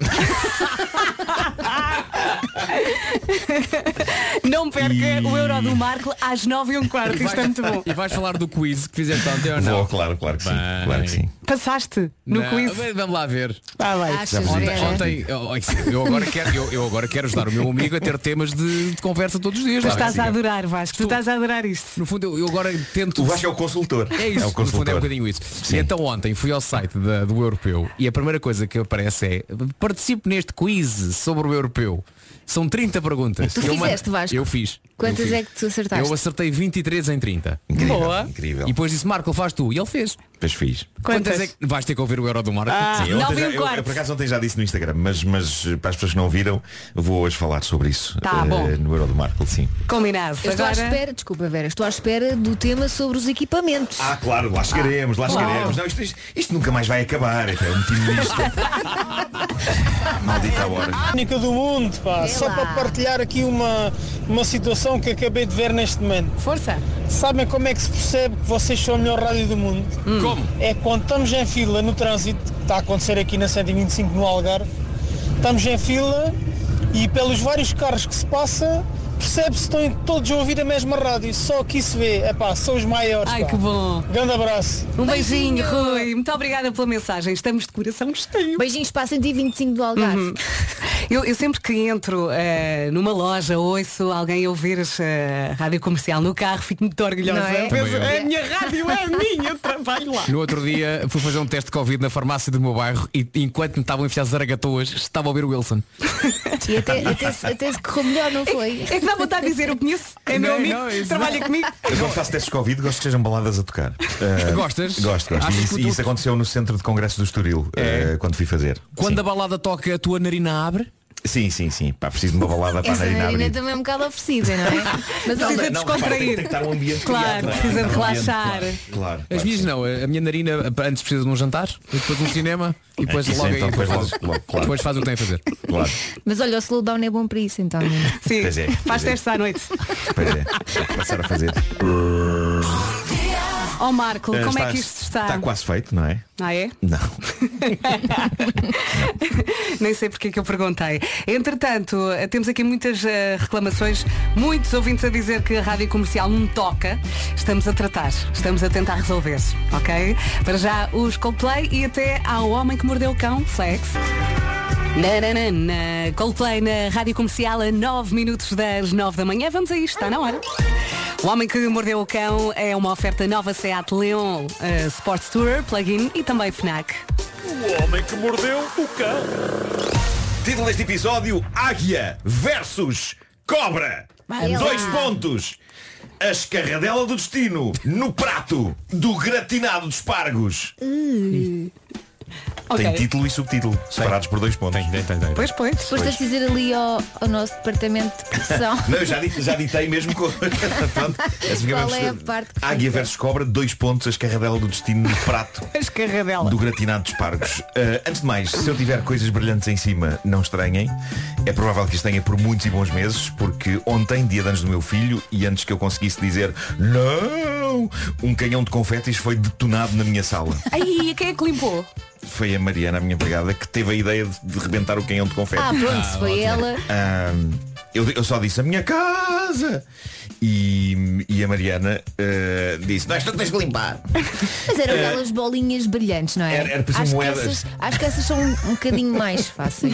Não perca e... o Euro do Marco às nove e um quarto. Isto é muito bom. E vais falar do quiz que fizeste ontem ou não? Vou, claro, claro que sim. Bem... Claro que sim. Passaste no não, quiz? Vamos lá ver. Ah, vai. Ontem, ontem eu, eu, agora quero, eu, eu agora quero ajudar o meu amigo a ter temas de, de conversa todos os dias. Tu estás a adorar, Vasco. Tu estás a adorar isto. No fundo, eu, eu agora tento... O Vasco é o consultor. É isso, é o consultor. No fundo é um bocadinho isso. Sim. E então ontem fui ao site da, do Europeu e a primeira coisa que aparece é: participe neste quiz sobre o Europeu. São trinta perguntas. Tu eu fizeste, Vasco? Eu fiz. Quantas eu fiz. é que tu acertaste? Eu acertei vinte e três em trinta. Incrível, boa. Incrível. E depois disse, Marco, faz tu. E ele fez. Pois fiz. Quantas? Quantas é que vais ter que ouvir o Euro do Marco? Ah, Sim, eu, nove já, e um eu, quarto. eu por acaso ontem já disse no Instagram, mas, mas para as pessoas que não viram, vou hoje falar sobre isso. Tá uh, bom. No Euro do Marco, sim. Combinado. Eu estou Agora... à espera, desculpa Vera, estou à espera do tema sobre os equipamentos. Ah, claro, lá chegaremos, lá claro. chegaremos. Não, isto, isto, isto nunca mais vai acabar. É um time nisto. Maldita hora. Única do mundo, pá. É Só lá. para partilhar aqui uma, uma situação que acabei de ver neste momento. Força. Sabem como é que se percebe que vocês são a melhor rádio do mundo? Hum. Como? É quando estamos em fila no trânsito, que está a acontecer aqui na cento e vinte e cinco no Algarve, estamos em fila e pelos vários carros que se passa, percebe-se que estão todos a ouvir a mesma rádio, só que isso vê, é pá, são os maiores. Ai, pá. que bom. Grande abraço. Um beijinho, Rui. Muito obrigada pela mensagem. Estamos de coração cheio. Beijinhos para a cento e vinte e cinco do Algarve. Uhum. Eu, eu sempre que entro uh, numa loja, ouço alguém ouvir a uh, rádio comercial no carro, fico muito orgulhosa. Não é? Penso, é a minha rádio, é a minha, eu trabalho lá. No outro dia fui fazer um teste de Covid na farmácia do meu bairro e enquanto me estavam a enfiar zaragatoas, estava a ouvir o Wilson. E até, até, se- até se correu melhor, não foi? É que dá vontade de dizer, eu conheço, é meu Não, amigo, não, isso trabalha comigo. Eu quando faço testes de Covid gosto que sejam baladas a tocar. Uh, Gostas? Gosto, gosto. Achas E isso, que tu- isso aconteceu no Centro de Congresso do Estoril, É. uh, quando fui fazer. Quando Sim. a balada toca, a tua narina abre? Sim, sim, sim. Pá, preciso de uma balada para a Essa narina narina abrir. também é um bocado oferecida, não é? Mas Precisa olha, de Não, descontrair. repara, tem, tem que estar um ambiente Claro, criado, não é? precisa de Um ambiente, relaxar. Claro, claro, As claro minhas que sim. não, a minha narina antes precisa de um jantar, e depois um cinema e depois É, isso logo então, aí depois depois, logo, logo, claro. depois faz o que tem a fazer. Claro. mas olha, o slowdown é bom para isso, então. Sim, Pois é, faz pois é. testes à noite. Pois é, vou passar a fazer. Ó Marco, Eh, como é estás- que isto está. Está quase feito, não é? Ah, é? Não. Nem sei porque é que eu perguntei. Entretanto, temos aqui muitas uh, reclamações, muitos ouvintes a dizer que a rádio comercial não toca. Estamos a tratar, estamos a tentar resolver, ok? Para já os Coldplay e até ao Homem que Mordeu o Cão, Flex. Nananana. Coldplay na rádio comercial a nove minutos das nove da manhã. Vamos a isto, está na hora. O Homem que Mordeu o Cão é uma oferta nova Seat Leon uh, Sports Tourer, plug-in e também FNAC. O Homem que Mordeu o Cão. Título deste episódio: Águia versus Cobra. Vai Dois lá. pontos. A escarradela do destino no prato do gratinado de espargos. Uh. Ok. Tem título e subtítulo, separados por dois pontos. Tem, tem, tem. Pois, pois. Depois de dizer ali ao, ao nosso departamento de produção. Não, eu já, di- já ditei mesmo com. Pronto, assim Qual ficamos- é a parte que Águia versus Cobra, dois pontos, a escarradela do destino no prato A escarradela. do gratinado de espargos. Uh, antes de mais, se eu tiver coisas brilhantes em cima, não estranhem. É provável que isto tenha por muitos e bons meses, porque ontem, dia de anos do meu filho, e antes que eu conseguisse dizer não, um canhão de confetis foi detonado na minha sala. Ai, quem é que limpou? Foi a Mariana, a minha empregada, que teve a ideia de, de rebentar o canhão de confetis. Ah, pronto, se foi ela. Ah, eu, eu só disse a minha casa e, e a Mariana ah, disse, não, isto tu tens que limpar. Mas eram aquelas bolinhas brilhantes, não é? Era- era para ser acho, que moedas. essas, acho que essas são um, um bocadinho mais fáceis.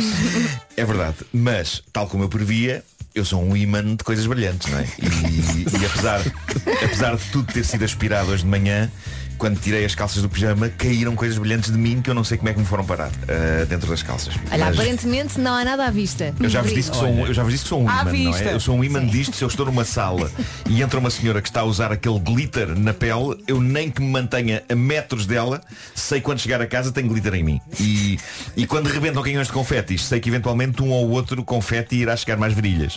É verdade, mas tal como eu previa, eu sou um imã de coisas brilhantes, não é? E, e apesar, apesar de tudo ter sido aspirado hoje de manhã, quando tirei as calças do pijama, caíram coisas brilhantes de mim que eu não sei como é que me foram parar uh, dentro das calças. Olha, Mas aparentemente não há nada à vista. eu já vos disse que sou um, eu já vos disse que sou um À imã, não vista. é? Eu sou um imã disto. Se eu estou numa sala e entra uma senhora que está a usar aquele glitter na pele, eu nem que me mantenha a metros dela, sei quando chegar a casa tem glitter em mim. E, e quando rebentam canhões de confetis, sei que eventualmente um ou outro confeti irá chegar mais virilhas.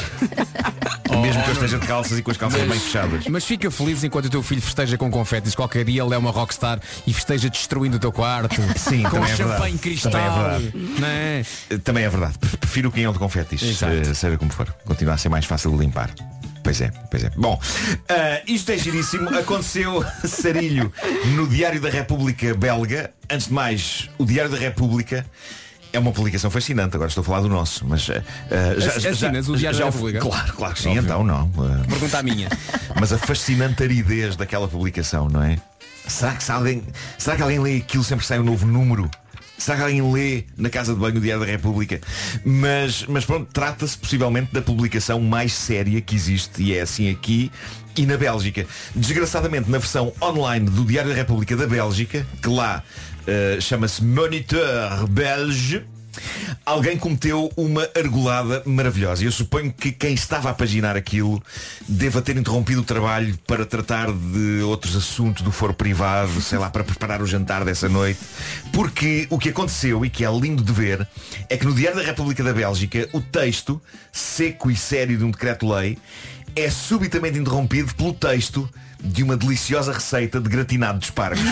Mesmo que eu esteja de calças e com as calças bem fechadas. Mas fica feliz enquanto o teu filho festeja com confetes. Qualquer dia ele é uma rockstar e festeja destruindo o teu quarto. Sim, com também é champanhe verdade. cristal. Também é verdade. Não é? Também é verdade. Prefiro o canhão de confetis, Exato. eh, seja como for. Continua a ser mais fácil de limpar. Pois é, pois é. Bom, ah, isto é giríssimo. Aconteceu Sarilho no Diário da República Belga. Antes de mais, o Diário da República é uma publicação fascinante. Agora estou a falar do nosso, mas uh, já, Assinas o Diário da já, República? Claro, claro que sim, Óbvio. então não. Uh, Pergunta a minha. mas a fascinante aridez daquela publicação, não é? Será que, se alguém, será que alguém lê aquilo sempre sai um novo número? Será que alguém lê na casa de banho o Diário da República? Mas, mas pronto, trata-se possivelmente da publicação mais séria que existe, e é assim aqui e na Bélgica. Desgraçadamente, na versão online do Diário da República da Bélgica, que lá uh, chama-se Moniteur Belge, alguém cometeu uma argolada maravilhosa. E eu suponho que quem estava a paginar aquilo deva ter interrompido o trabalho para tratar de outros assuntos do foro privado, sei lá, para preparar o jantar dessa noite. Porque o que aconteceu, e que é lindo de ver, é que no Diário da República da Bélgica o texto seco e sério de um decreto-lei é subitamente interrompido pelo texto de uma deliciosa receita de gratinado de espargos.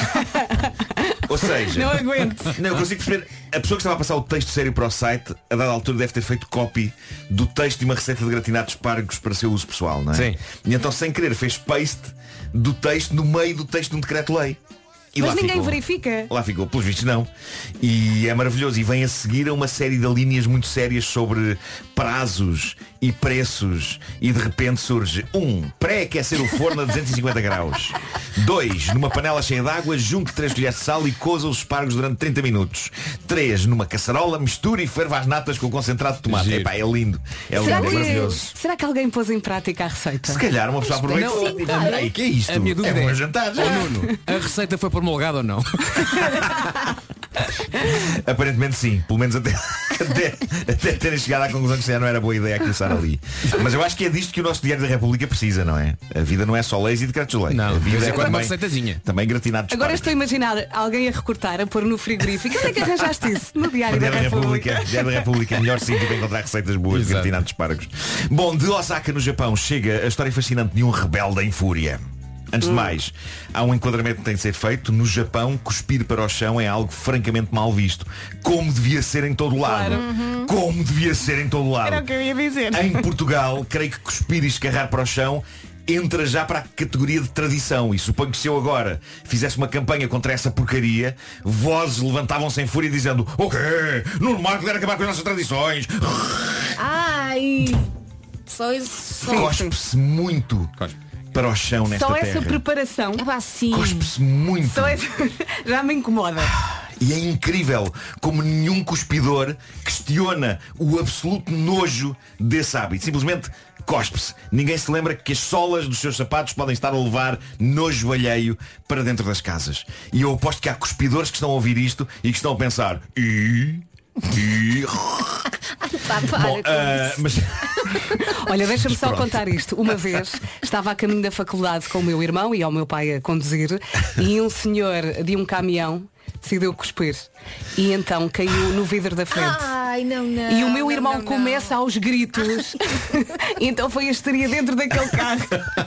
Ou seja, Não aguento. não, eu consigo perceber. A pessoa que estava a passar o texto sério para o site, a dada altura deve ter feito copy do texto de uma receita de gratinado de espargos para seu uso pessoal, não é? Sim. E então, sem querer, fez paste do texto no meio do texto de um decreto-lei. E Mas lá ninguém ficou. verifica. Lá ficou, pelos vistos não. E é maravilhoso. E vem a seguir a uma série de linhas muito sérias sobre prazos e preços. E de repente surge um, pré-aquecer o forno a duzentos e cinquenta graus. Dois, numa panela cheia de água, junte três colheres de sal e coza os espargos durante trinta minutos. Três, numa caçarola, misture e ferva as natas com concentrado de tomate. Giro. Epá, é lindo. É lindo, Será é que, maravilhoso. será que alguém pôs em prática a receita? Se calhar uma pessoa aproveitou. Não, Tipo, a- "Ei, que é isto? A minha dúvida é é, um jantar já." Ó, Nuno, a receita foi promulgada ou não? Aparentemente sim, pelo menos até, até, até terem chegado à conclusão que já não era boa ideia começar ali. Mas eu acho que é disto que o nosso Diário da República precisa, não é? A vida não é só leis e decretos-lei. Não, a vida mas é é quando uma também, receitazinha. também gratinado de Agora espargos. estou a imaginar alguém a recortar, a pôr no frigorífico. Onde é que arranjaste isso? No Diário, O Diário da da República. República, Diário da República, melhor sítio para encontrar receitas boas de Exato. gratinado de espargos. Bom, de Osaka, no Japão, chega a história fascinante de um rebelde em fúria. Antes de mais, há um enquadramento que tem de ser feito. No Japão, cuspir para o chão é algo francamente mal visto. Como devia ser em todo o lado. Claro. Como devia ser em todo o lado. Era o que eu ia dizer. Em Portugal, creio que cuspir e escarrar para o chão entra já para a categoria de tradição. E suponho que se eu agora fizesse uma campanha contra essa porcaria, vozes levantavam-se em fúria dizendo: o quê? Nuno Marco quer acabar com as nossas tradições. Ai, só isso. Só... Cospe-se muito Cospe. para o chão nesta Só terra. essa preparação. É assim. Cospe-se muito. Só essa... Já me incomoda. E é incrível como nenhum cuspidor questiona o absoluto nojo desse hábito. Simplesmente cospe-se. Ninguém se lembra que as solas dos seus sapatos podem estar a levar nojo alheio para dentro das casas. E eu aposto que há cuspidores que estão a ouvir isto e que estão a pensar: e... e... Bom, uh, mas... Olha, deixa-me só contar isto. Uma vez estava a caminho da faculdade com o meu irmão e ao meu pai a conduzir, e um senhor de um caminhão decidiu cuspir. E então caiu no vidro da frente. Ai, não, não. E o meu não, irmão não, começa não. aos gritos. Então foi a histeria dentro daquele carro.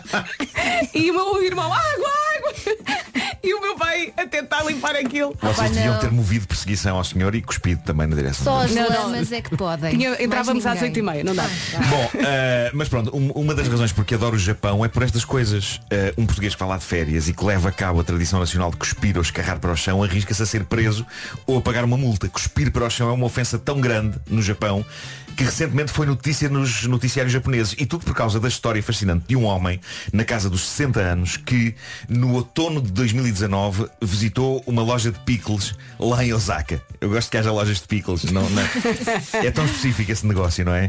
E o meu irmão: água, água! E o meu pai a tentar limpar aquilo. Vocês Opa, deviam não. ter movido perseguição ao senhor e cuspido também na direção. Só as Não, não. lamas é que podem. Tinha- entrávamos Mais às oito e ninguém. meia, não dá. Ah, tá. Bom, uh, mas pronto, um- uma das razões porque adoro o Japão é por estas coisas. Uh, um português que vai lá de férias e que leva a cabo a tradição nacional de cuspir ou escarrar para o chão arrisca-se a ser preso ou a pagar uma multa. Cuspir para o chão é uma ofensa tão grande no Japão que recentemente foi notícia nos noticiários japoneses. E tudo por causa da história fascinante de um homem na casa dos sessenta anos que no outono de dois mil e dezanove visitou uma loja de pickles lá em Osaka. Eu gosto que haja lojas de pickles. Não, não. É tão específico esse negócio, não é?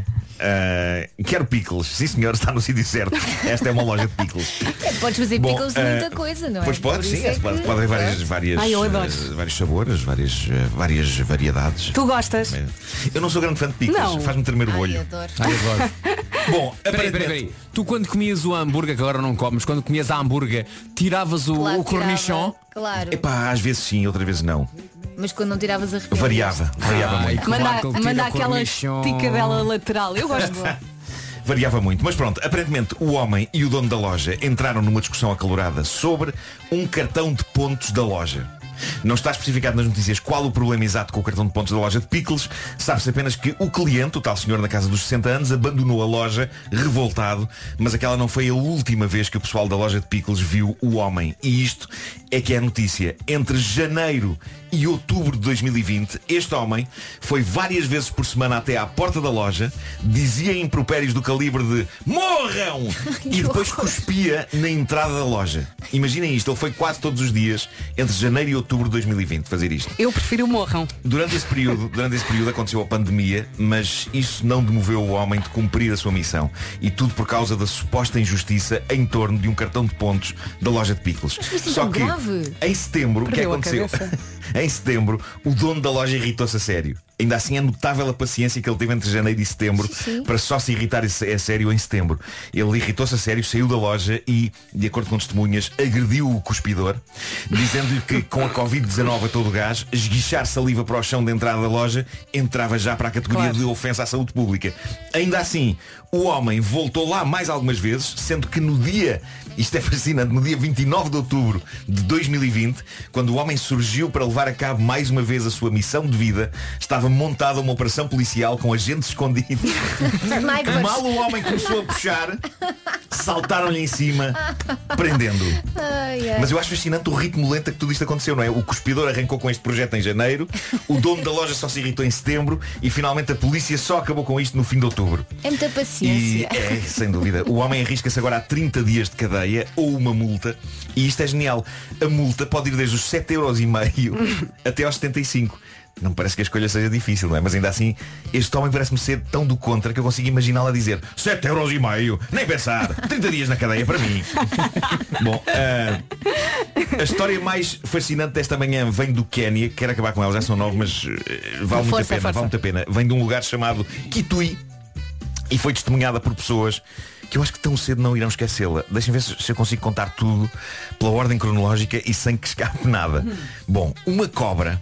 Uh, quero pickles. Sim senhor, está no sítio certo. Esta é uma loja de pickles. É, podes fazer Bom, pickles de muita uh, coisa, não é? Pois pode, Por sim. isso é É, pode, que- pode haver várias, várias, Ai, eu adoro. eh, vários sabores, várias, eh, várias variedades. Tu gostas? Eu não sou grande fã de pickles. Não. Faz-me tremer o Ai, olho. adoro. Ai, adoro. Bom, Peraí, peraí, aparentemente- peraí. Tu quando comias o hambúrguer, que agora não comes, quando comias a hambúrguer, tiravas o, Claro, o cornichon? tirava, Claro. Epá, às vezes sim, outras vezes não. Mas quando não tiravas a arrepiar. Variava, variava Ai, muito. que Manda, Marco, tira manda o aquela cornichon. esticadela lateral. Eu gosto. Variava muito. Mas pronto, aparentemente o homem e o dono da loja entraram numa discussão acalorada sobre um cartão de pontos da loja. Não está especificado nas notícias qual o problema exato com o cartão de pontos da loja de pickles. Sabe-se apenas que o cliente, o tal senhor na casa dos sessenta anos, abandonou a loja revoltado. Mas aquela não foi a última vez que o pessoal da loja de pickles viu o homem. E isto é que é a notícia. Entre janeiro e outubro de dois mil e vinte, este homem foi várias vezes por semana até à porta da loja, dizia impropérios do calibre de morram! E depois cuspia na entrada da loja. Imaginem isto, ele foi quase todos os dias, entre janeiro e outubro de dois mil e vinte, fazer isto. Eu prefiro morram. Durante esse período, durante esse período aconteceu a pandemia, mas isso não demoveu o homem de cumprir a sua missão. E tudo por causa da suposta injustiça em torno de um cartão de pontos da loja de pickles. Mas foi assim Só tão que, grave? em setembro, o que Perdeu a aconteceu? cabeça. Em setembro, o dono da loja irritou-se a sério. Ainda assim é notável a paciência que ele teve entre janeiro e setembro Sim. para só se irritar a sério em setembro. Ele irritou-se a sério, saiu da loja e, de acordo com testemunhas, agrediu o cuspidor, dizendo-lhe que com a covid dezanove a todo gás, esguichar saliva para o chão de entrada da loja entrava já para a categoria Claro. de ofensa à saúde pública. Ainda assim, o homem voltou lá mais algumas vezes, sendo que no dia, isto é fascinante, no dia vinte e nove de outubro de dois mil e vinte, quando o homem surgiu para levar a cabo mais uma vez a sua missão de vida, estava montada uma operação policial com agentes escondidos. Snipers. Mal o homem começou a puxar, saltaram-lhe em cima, prendendo-o. Ai, ai. Mas eu acho fascinante o ritmo lento a que tudo isto aconteceu, não é? O cuspidor arrancou com este projeto em janeiro, o dono da loja só se irritou em setembro e finalmente a polícia só acabou com isto no fim de outubro. É muita E paciência. é, sem dúvida. O homem arrisca-se agora a trinta dias de cadeia ou uma multa. E isto é genial. A multa pode ir desde os sete euros e meio até aos setenta e cinco. Não me parece que a escolha seja difícil, não é? Mas ainda assim, este homem parece-me ser tão do contra que eu consigo imaginá-lo a dizer sete euros e meio, nem pensar, trinta dias na cadeia para mim. Bom, uh, a história mais fascinante desta manhã vem do Quénia. Quero acabar com ela, já são nove, mas uh, vale muito Força, a pena, força. vale muito a pena. Vem de um lugar chamado Kitui e foi testemunhada por pessoas que eu acho que tão cedo não irão esquecê-la. Deixem ver se, se eu consigo contar tudo pela ordem cronológica e sem que escape nada. Bom, uma cobra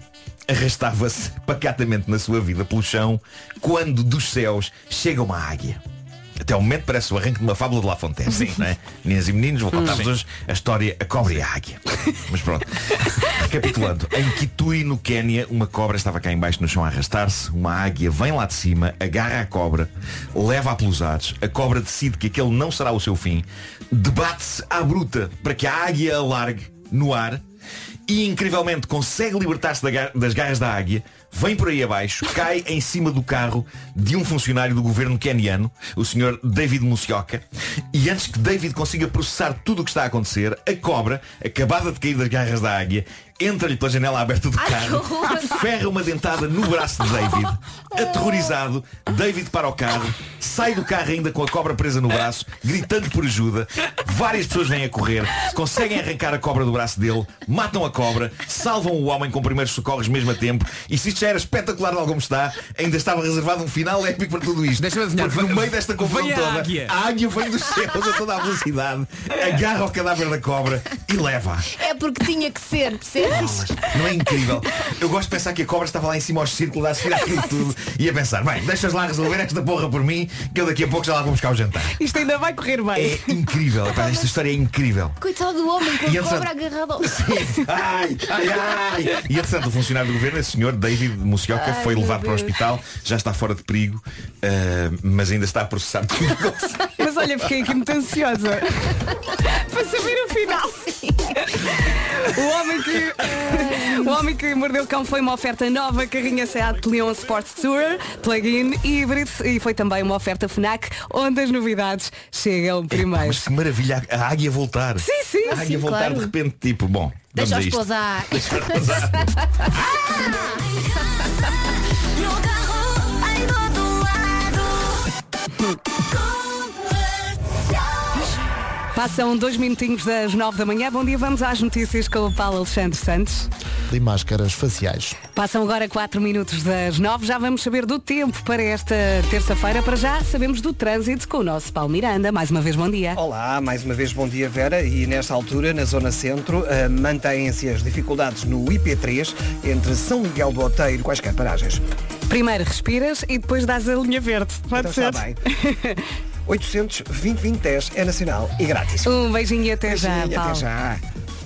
arrastava-se pacatamente na sua vida pelo chão quando dos céus chega uma águia. Até ao momento parece o arranque de uma fábula de La Fontaine. Sim, não é? Meninas e meninos, vou contar-vos hoje a história A Cobra e a Águia. Mas pronto. Recapitulando, em Kitui, no Quénia, uma cobra estava cá em baixo no chão a arrastar-se. Uma águia vem lá de cima, agarra a cobra, leva-a pelos ares. A cobra decide que aquele não será o seu fim. Debate-se à bruta para que a águia a largue no ar. E incrivelmente consegue libertar-se das garras da águia. Vem por aí abaixo, cai em cima do carro de um funcionário do governo queniano, o senhor David Musyoka. E antes que David consiga processar tudo o que está a acontecer, a cobra, acabada de cair das garras da águia, entra-lhe pela janela aberta do carro, ferra uma dentada no braço de David. Aterrorizado, David para o carro, sai do carro ainda com a cobra presa no braço, gritando por ajuda. Várias pessoas vêm a correr, conseguem arrancar a cobra do braço dele, matam a cobra, salvam o homem com primeiros socorros mesmo a tempo. E se isto já era espetacular de como está, ainda estava reservado um final épico para tudo isto. Deixa-me adivinhar, porque no meio desta confusão a toda, águia. a águia vem dos céus a toda a velocidade, agarra o cadáver da cobra e leva-a. É porque tinha que ser, percebes? Não é incrível? Eu gosto de pensar que a cobra estava lá em cima aos círculos a seguir aquilo tudo e a pensar, bem, deixas lá resolver esta porra por mim, que eu daqui a pouco já lá vou buscar o jantar. Isto ainda vai correr bem. É incrível, epá, esta história é incrível. Coitado do homem com E a entra- cobra agarrada ao... Ai, ai, ai. E entretanto o funcionário do governo, esse senhor David Musyoka, Ai, foi meu levado para o Deus. hospital, já está fora de perigo, eh, mas ainda está a processar tudo. Mas olha, fiquei aqui muito ansiosa para saber o final. O homem que O homem que mordeu o cão foi uma oferta nova, carrinha Seat Leon Sport Tourer, plug-in híbrido, e foi também uma oferta FNAC, onde as novidades chegam primeiro. Mas que maravilha, a águia voltar. Sim, sim, A águia sim, voltar claro. de repente, tipo, bom, vamos a Deixa-os isto. pousar. Deixa-os pousar. Passam dois minutinhos das nove da manhã. Bom dia, vamos às notícias com o Paulo Alexandre Santos. E máscaras faciais. Passam agora quatro minutos das nove. Já vamos saber do tempo para esta terça-feira. Para já sabemos do trânsito com o nosso Paulo Miranda. Mais uma vez, bom dia. Olá, mais uma vez bom dia, Vera. E nesta altura, na zona centro, uh, mantêm-se as dificuldades no I P três entre São Miguel do Oteiro, quaisquer paragens. Primeiro respiras e depois dás a linha verde. Pode Então ser? está bem. oitocentos, vinte, vinte, dez é nacional e grátis. Um beijinho e até já, Beijinho, Paulo. até já.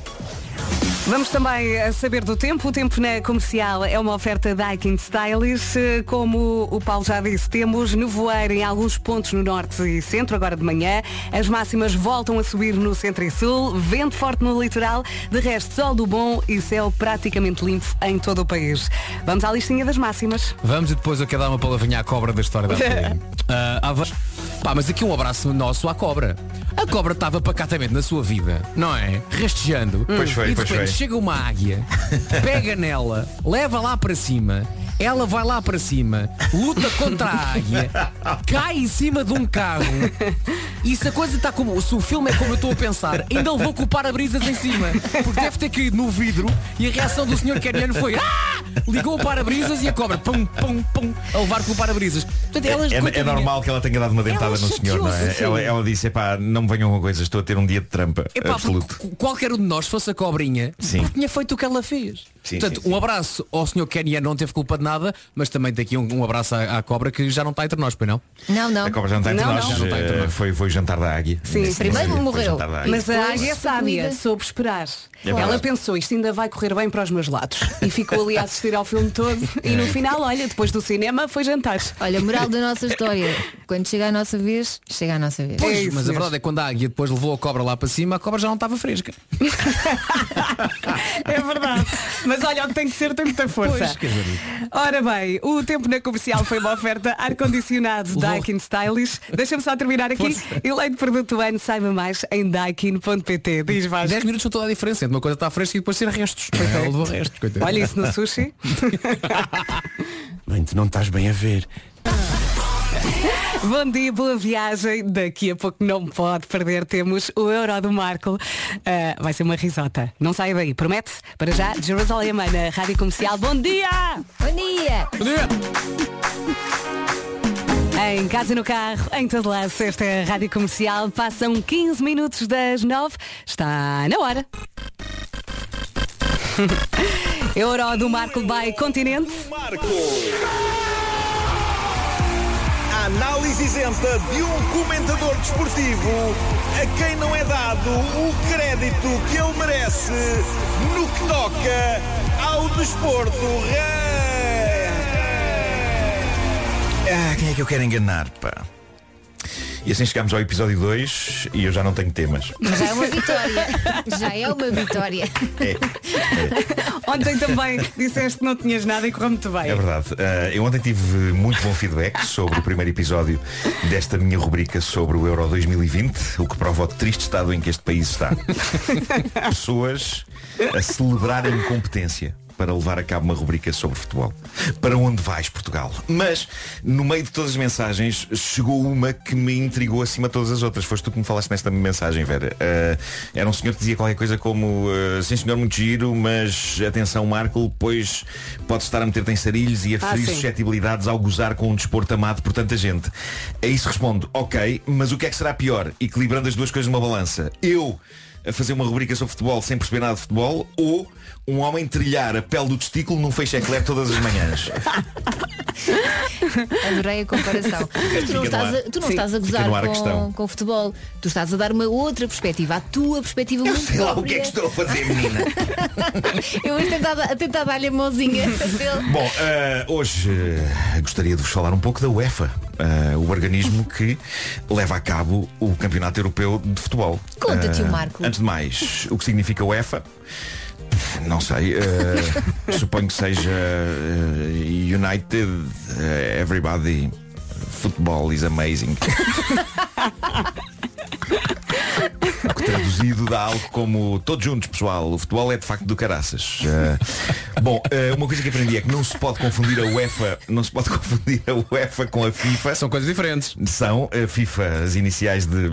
Vamos também a saber do tempo. O tempo na comercial é uma oferta Daikin Stylish. Como o Paulo já disse, temos nevoeiro em alguns pontos no norte e centro, agora de manhã. As máximas voltam a subir no centro e sul. Vento forte no litoral. De resto, sol do bom e céu praticamente limpo em todo o país. Vamos à listinha das máximas. Vamos e depois eu quero dar uma palavrinha à cobra da história da bocadinho. Ah, há va- Pá, mas aqui um abraço nosso à cobra. A cobra estava pacatamente na sua vida, não é? Rastejando. Pois foi, e de pois repente foi. chega uma águia, pega nela, leva lá para cima, ela vai lá para cima, luta contra a águia, cai em cima de um carro. E se a coisa está como. Se o filme é como eu estou a pensar, ainda levou com o para-brisas em cima. Porque deve ter caído no vidro e a reação do senhor queniano foi "Ah!" Ligou o para-brisas e a cobra pum, pum, pum, a levar com o para-brisas. Portanto, elas, É, é coitadinha, normal que ela tenha dado uma dentada Ela no senhor, não é? chateou-se, Ela, sim. ela disse, epá, não me venham com coisas, estou a ter um dia de trampa Epá, absoluto. porque qualquer um de nós fosse a cobrinha, Sim. tinha feito o que ela fez. Sim, Portanto, sim, um abraço ao senhor Keniano, não teve culpa de nada, mas também tem aqui um, um abraço à, à cobra que já não está entre nós, pois não? Não, não. A cobra já não está entre Não, nós, não. Já não está entre eh, nós. foi, foi o jantar da águia. Sim, Nesse primeiro dia foi o morreu. jantar da águia. Mas a depois, águia é sábia, comida. soube esperar. É Ela verdade. pensou, isto ainda vai correr bem para os meus lados. E ficou ali a assistir ao filme todo. E no final, olha, depois do cinema, foi jantar. Olha, moral da nossa história. Quando chega a nossa vez, chega a nossa vez. Pois, É isso mas a mesmo. verdade é que quando a águia depois levou a cobra lá para cima, a cobra já não estava fresca. É verdade. Mas olha, o que tem que ser tem muita força. Pois, quer dizer, Ora bem, o tempo na comercial foi uma oferta ar-condicionado Levou. Daikin Stylish. Deixa-me só terminar aqui. Força. Eleito produto do ano, saiba mais em daikin ponto pt. Diz Vasco. dez minutos são toda a diferença entre uma coisa está fresca e depois ser restos. Ela levou restos, coitado. Olha isso no sushi. Bem, tu não estás bem a ver. Bom dia, boa viagem. Daqui a pouco não pode perder. Temos o Euro do Marco. Ah, vai ser uma risota. Não saia daí, promete? Para já, Jerusalém na Rádio Comercial. Bom dia! Bom dia! Bom dia! Em casa e no carro, em todo lado, esta é a Rádio Comercial. Passam quinze minutos das nove. Está na hora. Euro do Marco by Continente. Marco. análise isenta de um comentador desportivo a quem não é dado o crédito que ele merece no que toca ao desporto. Ah, quem é que eu quero enganar, pá? E assim chegamos ao episódio dois e eu já não tenho temas. Mas já é uma vitória. Já é uma vitória. É, é. Ontem também disseste que não tinhas nada e correu muito bem. É verdade. Uh, eu ontem tive muito bom feedback sobre o primeiro episódio desta minha rubrica sobre o Euro dois mil e vinte, o que prova o triste estado em que este país está. Pessoas a celebrarem incompetência para levar a cabo uma rubrica sobre futebol. Para onde vais, Portugal? Mas, no meio de todas as mensagens, chegou uma que me intrigou acima de todas as outras. Foste tu que me falaste nesta mensagem, Vera. Uh, era um senhor que dizia qualquer coisa como uh, sim senhor, muito giro, mas atenção, Marco, pois pode estar a meter-te em sarilhos e a ferir ah, suscetibilidades ao gozar com um desporto amado por tanta gente. A isso respondo, ok, mas o que é que será pior? Equilibrando as duas coisas numa balança. Eu a fazer uma rubrica sobre futebol sem perceber nada de futebol, ou um homem trilhar a pele do testículo num feixe eclair todas as manhãs. Adorei a comparação. Mas tu não estás a, tu não estás a gozar com, com o futebol. Tu estás a dar uma outra perspectiva, a tua perspectiva eu muito sei lá própria. O que é que estou a fazer, menina. Eu vou tentar, a tentar dar-lhe a mãozinha. Bom, uh, hoje uh, gostaria de vos falar um pouco da UEFA, uh, o organismo que leva a cabo o Campeonato Europeu de Futebol. Conta-te, uh, Marco. Antes de mais, o que significa UEFA? Não sei, uh, suponho que seja uh, United, uh, Everybody, Football is Amazing. O que traduzido dá algo como todos juntos, pessoal, o futebol é de facto do caraças. Uh, bom, uh, uma coisa que aprendi é que não se pode confundir a UEFA, não se pode confundir a UEFA com a FIFA. São coisas diferentes. São a FIFA, as iniciais de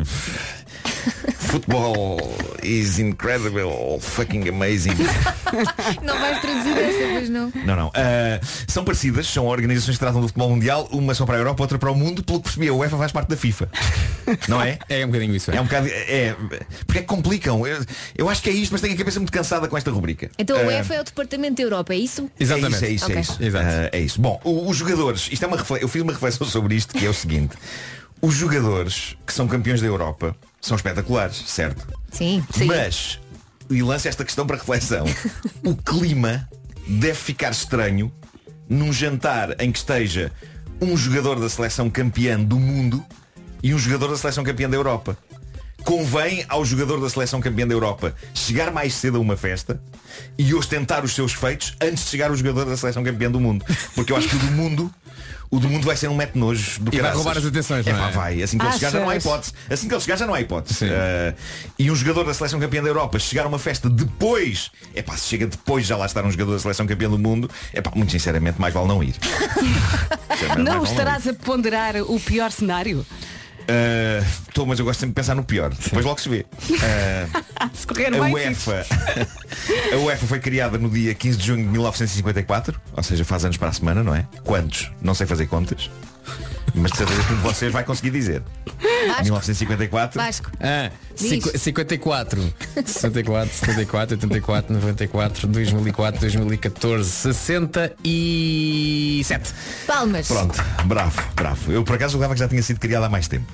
Football is incredible, fucking amazing. Não vais traduzir dessa vez, não? Não, não. Uh, são parecidas, são organizações que tratam do futebol mundial, uma são para a Europa, outra para o mundo. Pelo que percebi, a UEFA faz parte da FIFA. Não é? É um bocadinho isso. É, é um bocado. É, porque é que complicam. Eu, eu acho que é isto, mas tenho a cabeça muito cansada com esta rubrica. Então a uh, UEFA é o Departamento da Europa, é isso? Exatamente. É isso, é isso. Okay. É, isso. Uh, é isso. Bom, os jogadores, isto é uma reflexão, eu fiz uma reflexão sobre isto, que é o seguinte. Os jogadores que são campeões da Europa são espetaculares, certo? Sim, sim. Mas, e lanço esta questão para reflexão, o clima deve ficar estranho num jantar em que esteja um jogador da seleção campeã do mundo e um jogador da seleção campeã da Europa. Convém ao jogador da seleção campeã da Europa chegar mais cedo a uma festa e ostentar os seus feitos antes de chegar o jogador da seleção campeã do mundo. Porque eu acho que o do mundo O do mundo vai ser um mete nojo do E caraças. vai roubar as atenções, é, não é? pá, vai. Assim que ele chegar já não há hipótese. Assim que ele chegar já não há hipótese. Uh, e um jogador da seleção campeã da Europa chegar a uma festa depois, é pá, se chega depois já lá estar um jogador da seleção campeã do mundo, é pá, muito sinceramente, mais vale não ir. Não estarás a ponderar o pior cenário? Estou, uh, mas eu gosto sempre de pensar no pior. Depois logo se vê. Uh, se correr a bem, UEFA A UEFA foi criada no dia quinze de junho de mil novecentos e cinquenta e quatro. Ou seja, faz anos para a semana, não é? Quantos? Não sei fazer contas, mas de certeza que um de vocês vai conseguir dizer. Vasco. mil novecentos e cinquenta e quatro. Vasco. Ah, Diz. cinquenta e quatro, sessenta e quatro, setenta e quatro, oitenta e quatro, noventa e quatro, dois mil e quatro, dois mil e catorze, sessenta e sete. Palmas. Pronto, bravo, bravo. Eu por acaso julgava que já tinha sido criado há mais tempo.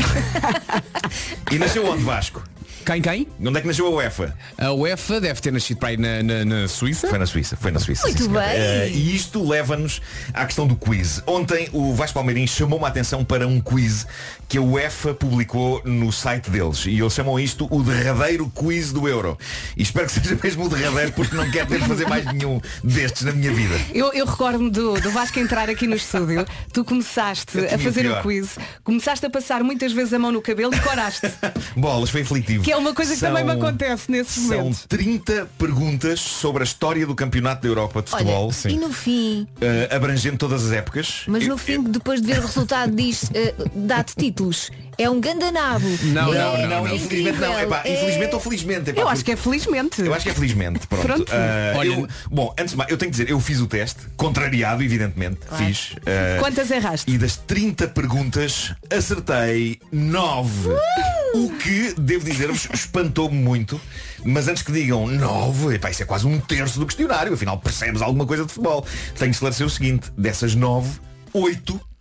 Uh, E nasceu onde, Vasco? Quem, quem? Onde é que nasceu a UEFA? A UEFA deve ter nascido para aí na, na, na Suíça. Foi na Suíça, foi na Suíça. Muito sim, bem. uh, E isto leva-nos à questão do quiz. Ontem o Vasco Palmeirim chamou-me a atenção para um quiz que a UEFA publicou no site deles. E eles chamam isto o derradeiro quiz do Euro. E espero que seja mesmo o derradeiro, porque não quero ter de fazer mais nenhum destes na minha vida. Eu, eu recordo-me do, do Vasco entrar aqui no estúdio. Tu começaste a fazer o quiz. Começaste a passar muitas vezes a mão no cabelo e coraste. Bolas, foi aflitivo. Que é uma coisa que São- também me acontece nesses São momentos. trinta perguntas sobre a história do Campeonato da Europa de futebol. Olha, e no fim, Uh, abrangendo todas as épocas. mas Eu- no fim, depois de ver o resultado diz, eh, dá-te títulos. É um gandanabo. Não, é não, não, não, incrível. infelizmente não. Epá, É- infelizmente ou felizmente. epá, Eu porque- acho que é felizmente. Eu acho que é felizmente. Pronto. Pronto. Uh, Olha- eu- bom, antes de mais, eu tenho que dizer, eu fiz o teste, contrariado, evidentemente. Claro. Fiz. uh, Quantas erraste? E das trinta perguntas acertei nove. O que, devo dizer-vos, espantou-me muito. Mas antes que digam nove, epá, isso é quase um terço do questionário. Afinal, percebes alguma coisa de futebol. Tenho que esclarecer o seguinte: dessas nove, oito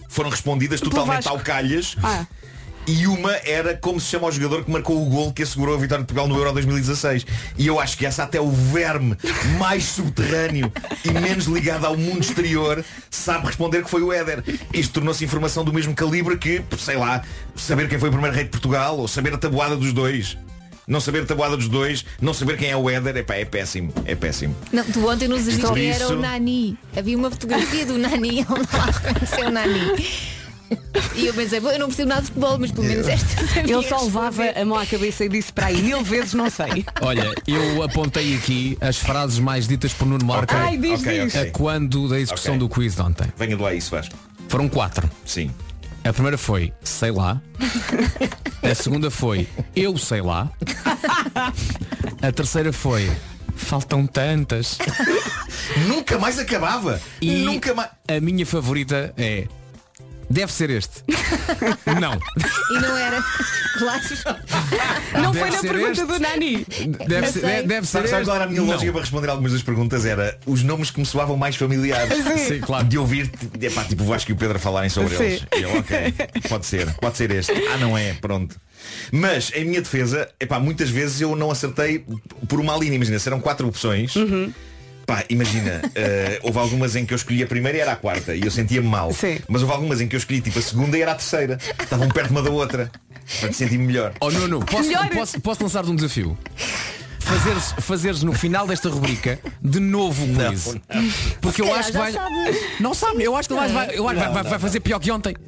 foram respondidas Do totalmente Vasco. ao calhas. Ah. E uma era como se chama o jogador que marcou o gol que assegurou a vitória de Portugal no Euro dois mil e dezasseis. E eu acho que essa até o verme mais subterrâneo e menos ligado ao mundo exterior sabe responder que foi o Éder. Isto tornou-se informação do mesmo calibre que, sei lá, saber quem foi o primeiro rei de Portugal ou saber a tabuada dos dois. Não saber a tabuada dos dois, não saber quem é o Éder, epá, é péssimo, é péssimo. Não, tu ontem nos dizes Por que era isso- o Nani. Havia uma fotografia do Nani, ele não reconheceu o Nani. E eu pensei, "Bom, eu não percebo nada de futebol, mas pelo menos esta sabia Ele só levava responder." a mão à cabeça e disse para aí mil vezes não sei. Olha, eu apontei aqui as frases mais ditas por Nuno Marco Ai, diz, Ok, diz. ok. a quando da execução Ok. do quiz de ontem. Venha de lá isso, Vasco. Foram quatro. Sim. A primeira foi sei lá. A segunda foi eu sei lá. A terceira foi faltam tantas. Nunca mais acabava. E Nunca mais. a minha favorita é deve ser este. Não. E não era. Claro. Não Deve foi na ser pergunta este. do Nani. Deve Eu ser, sei. de- deve ser Sabe, sabe este. qual era a minha Não. lógica para responder algumas das perguntas? Era os nomes que me soavam mais familiares. Sim, claro. De ouvir, epá, tipo o Vasco e o Pedro a falarem sobre Sim. eles. E eu, ok, pode ser, pode ser este. Ah, não é, pronto. Mas, em minha defesa, epá, muitas vezes eu não acertei por uma linha. Imagina, serão quatro opções. Uhum. Pá, imagina, eh, houve algumas em que eu escolhi a primeira e era a quarta e eu sentia-me mal. Sim. Mas houve algumas em que eu escolhi tipo a segunda e era a terceira. Estavam perto uma da outra. Para te sentir melhor. Oh Nuno, posso, Melhor. posso, posso lançar-te um desafio? Fazeres, fazeres no final desta rubrica de novo o quiz. Não, não. Porque eu calhar acho que já vai. sabe. Não sabe, eu acho que vai, vai, eu acho que vai, vai- vai fazer pior que ontem.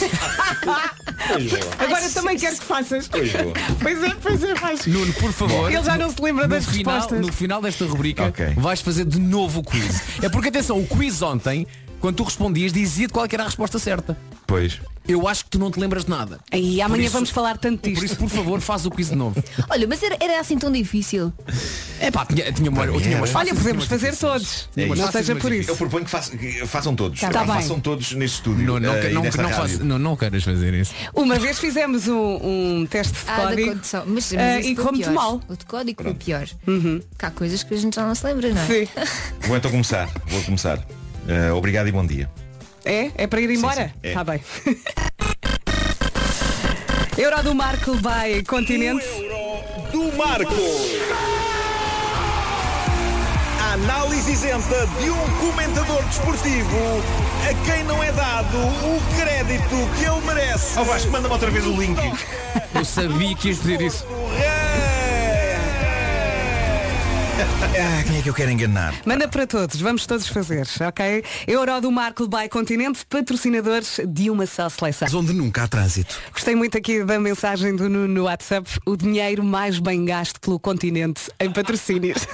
Pois vou. Agora também quero que faças. Pois vou. Pois é, pois é, faz. Nuno, por favor. Ele já não se lembra no das final, respostas. No final desta rubrica Ok. vais fazer de novo o quiz. É porque atenção, o quiz ontem, quando tu respondias, dizia-te qual é que era a resposta certa. Pois. Eu acho que tu não te lembras de nada. E amanhã Por isso- vamos falar tanto disto. Por isso, por favor, faz o quiz de novo. Olha, mas era, era assim tão difícil. É pá, tinha, tinha, uma, eu tinha umas fáceis, Olha, tinha podemos umas fazer difíceis. todos. É isso. Não Fáceis, seja mas por difíceis. Eu isso. proponho que, façam, que façam todos. Tá Epá, bem. façam todos neste estúdio. Não, não, eh, e não, nesta não, rádio. faço- não, não queiras fazer isso. Uma vez fizemos um, um teste de Ah, da código condição. Mas, mas eh, isso e foi correu muito pior. mal. O de código foi Pronto. pior. Uhum. Que há coisas que a gente já não se lembra, não é? Sim. Vou então começar. Vou começar. Eh, obrigado e bom dia. É? É para ir embora? sim, é. Tá bem. Euro do Marco by Continente. Do Marco. A análise isenta de um comentador desportivo a quem não é dado o crédito que ele merece. Ó Vasco, manda-me outra vez o link. Eu sabia que ias pedir isso. Ah, quem é que eu quero enganar? Manda para todos, vamos todos fazer, ok? Euro do Marco by Continente, patrocinadores de uma só seleção. Onde nunca há trânsito. Gostei muito aqui da mensagem do Nuno no WhatsApp. O dinheiro mais bem gasto pelo continente em patrocínios.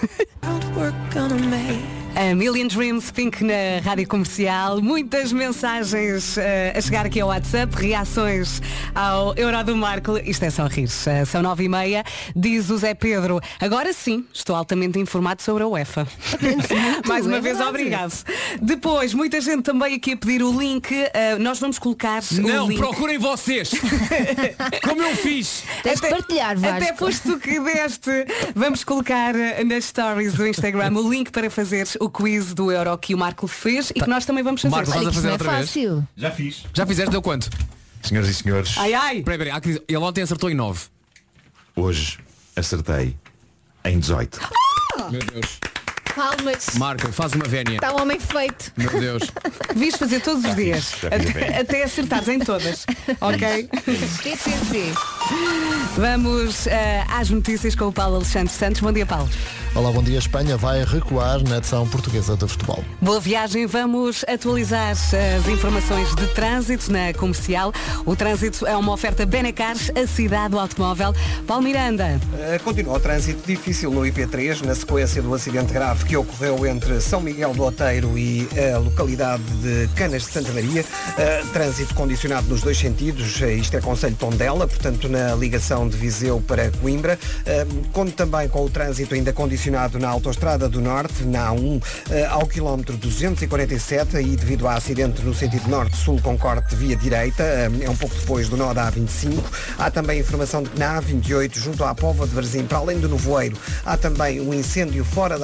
A Million Dreams, Pink na Rádio Comercial. Muitas mensagens eh, a chegar aqui ao WhatsApp. Reações ao Euro do Marco. Isto é só rir. Eh, são nove e meia. Diz o Zé Pedro. Agora sim, estou altamente informado sobre a UEFA. Mais uma é vez, verdade. obrigado. Depois, muita gente também aqui a pedir o link. Eh, nós vamos colocar Não, o link. procurem vocês. Como eu fiz. Tens de partilhar, Vasco. Até foste tu que deste. Vamos colocar eh, nas stories do Instagram o link para fazer o quiz do Euro que o Marco fez e que nós também vamos fazer. Marco, Olha Estás a que isso fazer não é outra vez? fácil. Já fiz. Já fizeste, deu quanto? Senhoras e senhores, Ai ai! Peraí, peraí, há que dizer, ele ontem acertou em nove. hoje acertei em dezoito. Meu Deus. Palmas. Marco, faz uma vénia. Está um homem feito. Meu Deus. Devias fazer todos os dias. já fiz bem. Até, até acertares em todas. Ok? T C C. Vamos eh, às notícias com o Paulo Alexandre Santos. Bom dia, Paulo. Olá, bom dia. Espanha vai recuar na edição portuguesa de futebol. Boa viagem, vamos atualizar as informações de trânsito na comercial. O trânsito é uma oferta Benecars, a cidade do automóvel. Paulo Miranda. Uh, Continua o trânsito difícil no I P três, na sequência do acidente grave que ocorreu entre São Miguel do Oteiro e a localidade de Canas de Santa Maria. Uh, trânsito condicionado nos dois sentidos, uh, isto é Conselho de Tondela, portanto na ligação de Viseu para Coimbra. Uh, conto também com o trânsito ainda condicionado na Autostrada do Norte, na A um, uh, ao quilómetro duzentos e quarenta e sete, e devido a acidente no sentido norte-sul com corte de via direita, uh, é um pouco depois do nó da A vinte e cinco. Há também informação de que na A vinte e oito, junto à Póvoa de Varzim, para além do Nevoeiro, há também um incêndio fora da autostrada.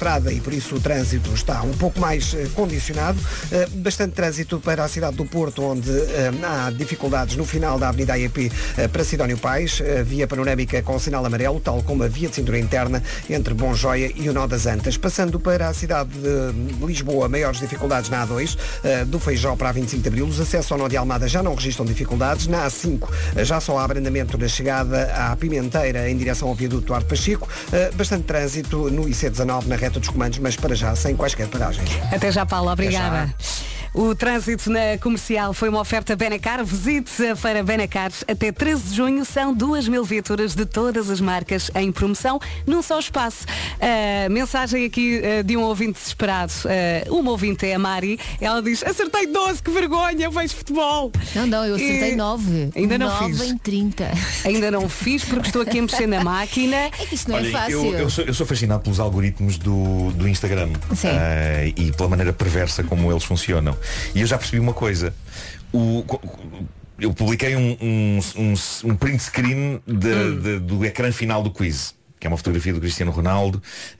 estrada e por isso o trânsito está um pouco mais uh, condicionado. Uh, bastante trânsito para a cidade do Porto, onde uh, há dificuldades no final da Avenida A E P uh, para Sidónio Pais, uh, via panorâmica com sinal amarelo, tal como a via de cintura interna entre Bom Joia e o Nó das Antas. Passando para a cidade de Lisboa, maiores dificuldades na A dois, uh, do Feijó para a vinte e cinco de Abril. Os acessos ao Nó de Almada já não registram dificuldades. Na A cinco uh, já só há abrandamento na chegada à Pimenteira em direção ao viaduto Duarte Pacheco. Uh, bastante trânsito no I C dezanove na reta dos comandos, mas para já sem quaisquer paragens. Até já, Paulo. Obrigada. O trânsito na Comercial foi uma oferta Benacar. Visite a feira Benacar até treze de junho. São duas mil viaturas de todas as marcas em promoção num só espaço. Uh, mensagem aqui uh, de um ouvinte desesperado. Uh, uma ouvinte é a Mari. Ela diz: acertei doze, que vergonha, vejo futebol. Não, não, eu acertei nove. Ainda não nove fiz. em trinta. Ainda não fiz porque estou aqui a mexer na máquina. É que isto não Olha, é fácil. Eu, eu, sou, eu sou fascinado pelos algoritmos do, do Instagram uh, e pela maneira perversa como eles funcionam. E eu já percebi uma coisa. O, eu publiquei um, um, um, um print screen de, hum. de, do ecrã final do quiz, que é uma fotografia do Cristiano Ronaldo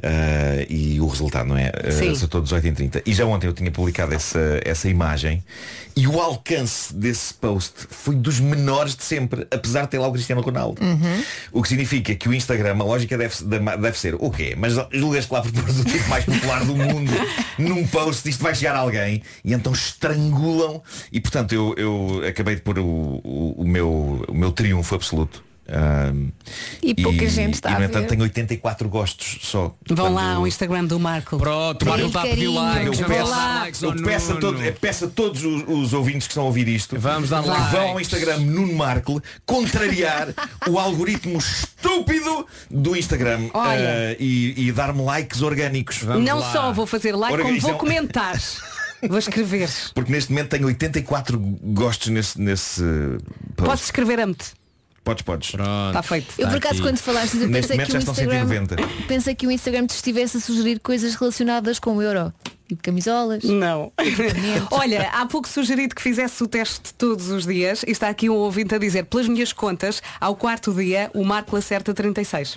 uh, e o resultado, não é? Uh, acertou dezoito em trinta. E já ontem eu tinha publicado essa, essa imagem e o alcance desse post foi dos menores de sempre, apesar de ter lá o Cristiano Ronaldo. Uhum. O que significa que o Instagram, a lógica deve, deve ser o quê? Mas julgas que lá por pôr o tipo mais popular do mundo num post isto vai chegar a alguém e então estrangulam e portanto eu, eu acabei de pôr o, o, o, meu, o meu triunfo absoluto. Um, e pouca e, gente está e, a no ver. entanto tenho oitenta e quatro gostos só. Vão Quando... lá ao Instagram do Marco. Pronto, o Marco está a pedir likes. Eu peço, likes eu peço, a, todo, eu peço a todos os, os ouvintes que estão a ouvir isto. Vamos dar que likes. vão ao Instagram Nuno Marco contrariar o algoritmo estúpido do Instagram uh, e, e dar-me likes orgânicos. Vamos Não lá. Só vou fazer like, Organ... como vou comentar. Vou escrever. Porque neste momento tenho oitenta e quatro gostos nesse, nesse post. Posso escrever a-me-te? Podes, podes. Está feito. Eu por acaso quando falaste eu pensei que, o Instagram, pensei que o Instagram te estivesse a sugerir coisas relacionadas com o euro. Tipo camisolas. Não. Olha, há pouco sugerido que fizesse o teste todos os dias e está aqui um ouvinte a dizer: pelas minhas contas, ao quarto dia o Marco acerta trinta e seis.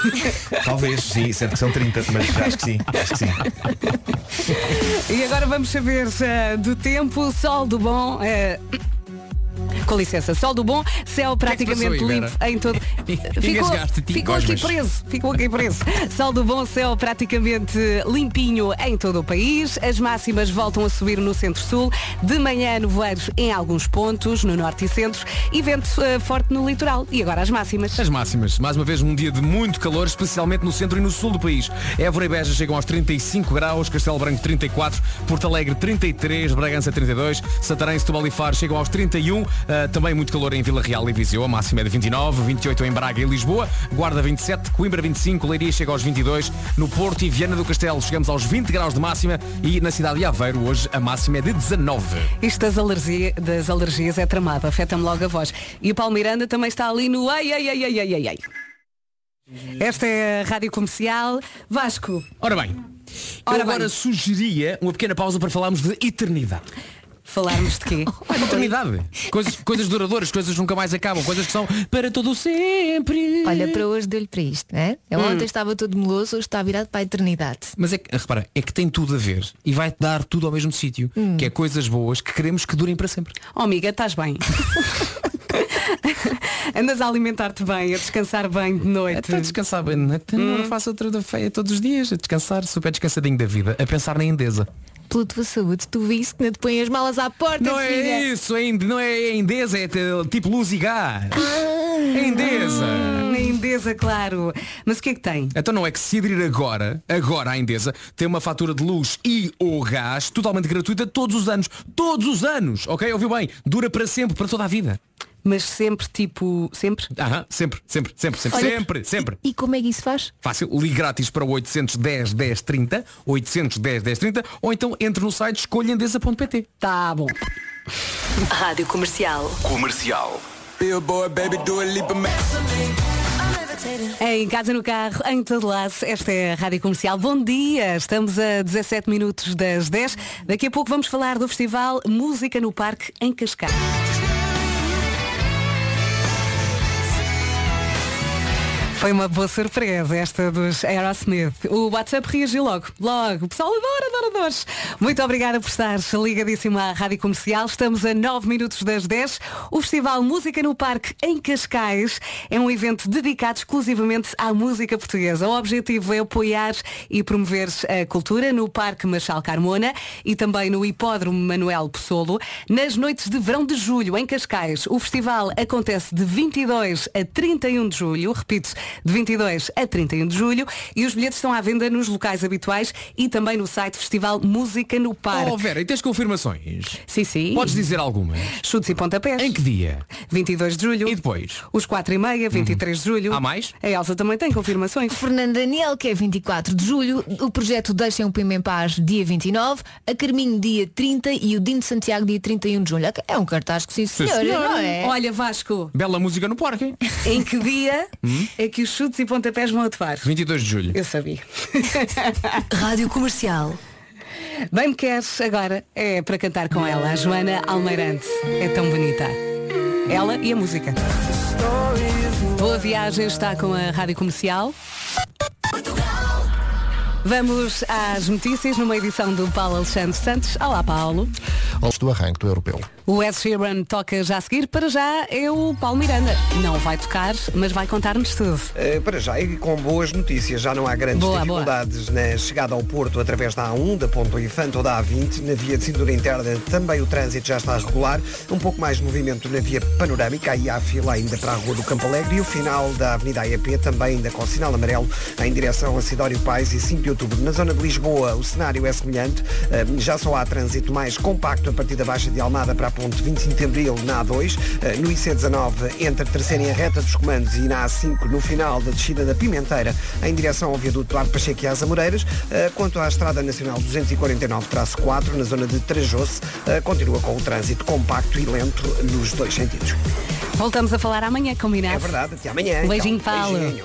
Talvez, sim, sendo que são trinta, mas acho que sim, acho que sim. E agora vamos saber uh, do tempo, sol do bom. Uh, Com licença, sol do bom, céu praticamente que é que limpo em todo. Ficou, ficou aqui preso, ficou aqui preso. Sol do bom, céu praticamente limpinho em todo o país. As máximas voltam a subir no centro-sul. De manhã, nevoeiros em alguns pontos, no norte e centro, e vento uh, forte no litoral. E agora as máximas. As máximas. Mais uma vez um dia de muito calor, especialmente no centro e no sul do país. Évora e Beja chegam aos trinta e cinco graus, Castelo Branco trinta e quatro, Porto Alegre trinta e três, Bragança trinta e dois, Santarém, Setúbal e Faro chegam aos trinta e um. Uh, também muito calor em Vila Real e Viseu, a máxima é de vinte e nove, vinte e oito em Braga e Lisboa, Guarda vinte e sete, Coimbra vinte e cinco, Leiria chega aos vinte e dois, no Porto e Viana do Castelo chegamos aos vinte graus de máxima e na cidade de Aveiro hoje a máxima é de dezanove. Isto das, alergia, das alergias é tramado, afeta-me logo a voz. E o Paulo Miranda também está ali no ai, ai, ai, ai, ai, ai. Esta é a Rádio Comercial. Vasco. Ora bem, Ora eu agora bem. sugeria uma pequena pausa para falarmos de eternidade. Falarmos de quê? Eternidade. Coisas, coisas duradouras, coisas que nunca mais acabam, coisas que são para todo o sempre. Olha, para hoje deu-lhe para isto, não é? Eu Hum. ontem estava todo meloso, hoje está virado para a eternidade. Mas é que, repara, é que tem tudo a ver e vai-te dar tudo ao mesmo sítio, Hum. que é coisas boas que queremos que durem para sempre. Oh amiga, estás bem? Andas a alimentar-te bem, a descansar bem de noite. Até descansar bem de noite, não faço outra feia todos os dias, a descansar super descansadinho da vida, a pensar na Endesa. Pela tua saúde, tu viste que não te põe as malas à porta, Não filha. é isso, é, Inde- não é Endesa, é te- tipo luz e gás. É Endesa. Hum, Endesa, claro. Mas o que é que tem? Então não é que se aderir agora, agora à Endesa, tem uma fatura de luz e ou gás totalmente gratuita todos os anos. Todos os anos, ok? Ouviu bem? Dura para sempre, para toda a vida. Mas sempre, tipo, sempre? Aham, sempre, sempre, sempre, sempre, Olha, sempre, sempre. E como é que isso faz? Fácil, ligue grátis para o oitocentos e dez, dez, trinta, oitocentos e dez, dez, trinta, ou então entre no site escolha endesa ponto pt. Tá bom. Rádio Comercial. Comercial. Em casa, no carro, em todo lado, esta é a Rádio Comercial. Bom dia, estamos a dezassete minutos das dez. Daqui a pouco vamos falar do festival Música no Parque em Cascais. Foi uma boa surpresa esta dos Aerosmith. O WhatsApp reagiu logo. Logo. O pessoal adora, adora, adora. Muito obrigada por estar ligadíssimo à Rádio Comercial. Estamos a nove minutos das dez. O Festival Música no Parque em Cascais é um evento dedicado exclusivamente à música portuguesa. O objetivo é apoiar e promover a cultura no Parque Machal Carmona e também no Hipódromo Manuel Possolo. Nas noites de verão de julho, em Cascais, o festival acontece de vinte e dois a trinta e um de julho. Repito, de vinte e dois a trinta e um de julho, e os bilhetes estão à venda nos locais habituais e também no site Festival Música no Parque. Oh Vera, e tens confirmações? Sim, sim. Podes dizer algumas? Chutes e pontapés. Em que dia? vinte e dois de julho. E depois? Os quatro e meia, vinte e três de julho. Há mais? A Elsa também tem confirmações. Fernando Daniel, que é vinte e quatro de julho, o projeto Deixem o Pima em Paz, dia vinte e nove, a Carminho, dia trinta e o Dino de Santiago, dia trinta e um de julho. É um cartaz que sim, senhora, senhora. não é? Olha, Vasco, Bela música no parque. em que dia é que os chutes e pontapés vão atuar? vinte e dois de julho. Eu sabia. Rádio Comercial. Bem me queres agora é para cantar com ela, a Joana Almeirante. É tão bonita. Ela e a música. Boa viagem, está com a Rádio Comercial. Vamos às notícias numa edição do Paulo Alexandre Santos. Olá, Paulo. Aos do arranque do europeu. O Ed Sheeran toca já a seguir. Para já é o Paulo Miranda. Não vai tocar, mas vai contar-nos tudo. Uh, para já, e com boas notícias, já não há grandes Boa, dificuldades boa. na chegada ao Porto através da A um, da Ponte do Infante ou da A vinte. Na via de cintura interna também o trânsito já está regular. Um pouco mais de movimento na via panorâmica. Aí há fila ainda para a Rua do Campo Alegre. E o final da Avenida A E P também ainda com sinal amarelo em direção a Sidório Pais e cinco de outubro. Na zona de Lisboa o cenário é semelhante. Uh, já só há trânsito mais compacto a partir da Baixa de Almada para a Ponte vinte e cinco de Abril na A dois. Uh, no I C dezanove entre a terceira e a reta dos comandos e na A cinco no final da descida da Pimenteira em direção ao viaduto Duarte Pacheco e às Amoreiras. Uh, quanto à Estrada Nacional duzentos e quarenta e nove traço quatro na zona de Trajoce, uh, continua com o trânsito compacto e lento nos dois sentidos. Voltamos a falar amanhã, combinado? É verdade, até amanhã. Um beijinho, então, Paulo. beijinho.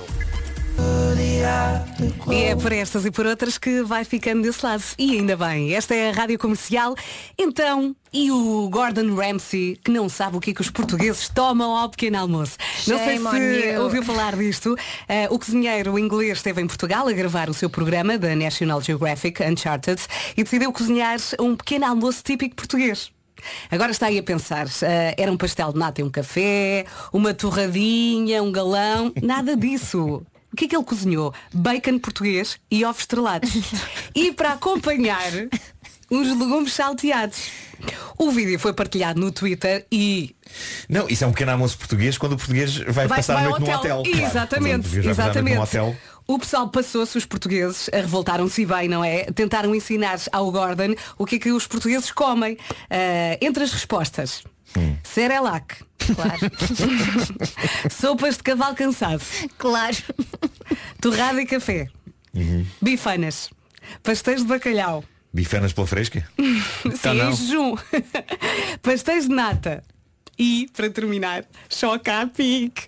E é por estas e por outras que vai ficando desse lado. E ainda bem, esta é a Rádio Comercial. Então, e o Gordon Ramsay, que não sabe o que é que os portugueses tomam ao pequeno almoço. Não sei Shame se on you. ouviu falar disto. Uh, o cozinheiro inglês esteve em Portugal a gravar o seu programa da National Geographic, Uncharted, e decidiu cozinhar um pequeno almoço típico português. Agora está aí a pensar, uh, era um pastel de nata e um café, uma torradinha, um galão, nada disso. O que é que ele cozinhou? Bacon português e ovos estrelados. E para acompanhar, uns legumes salteados. O vídeo foi partilhado no Twitter e... Não, isso é um pequeno almoço português quando o português vai, vai passar vai a noite ao hotel. no hotel. Exatamente, Claro, exatamente. no hotel. O pessoal passou-se, os portugueses, a revoltaram-se bem, não é? Tentaram ensinar ao Gordon o que é que os portugueses comem. Uh, entre as respostas, hum. Cerelac. Claro. Sopas de cavalo cansado. Claro. Torrada e café. Uhum. Bifanas. Pastéis de bacalhau. Bifanas pela fresca? Sim, em jejum. Pastéis de nata. E, para terminar, choca a pique.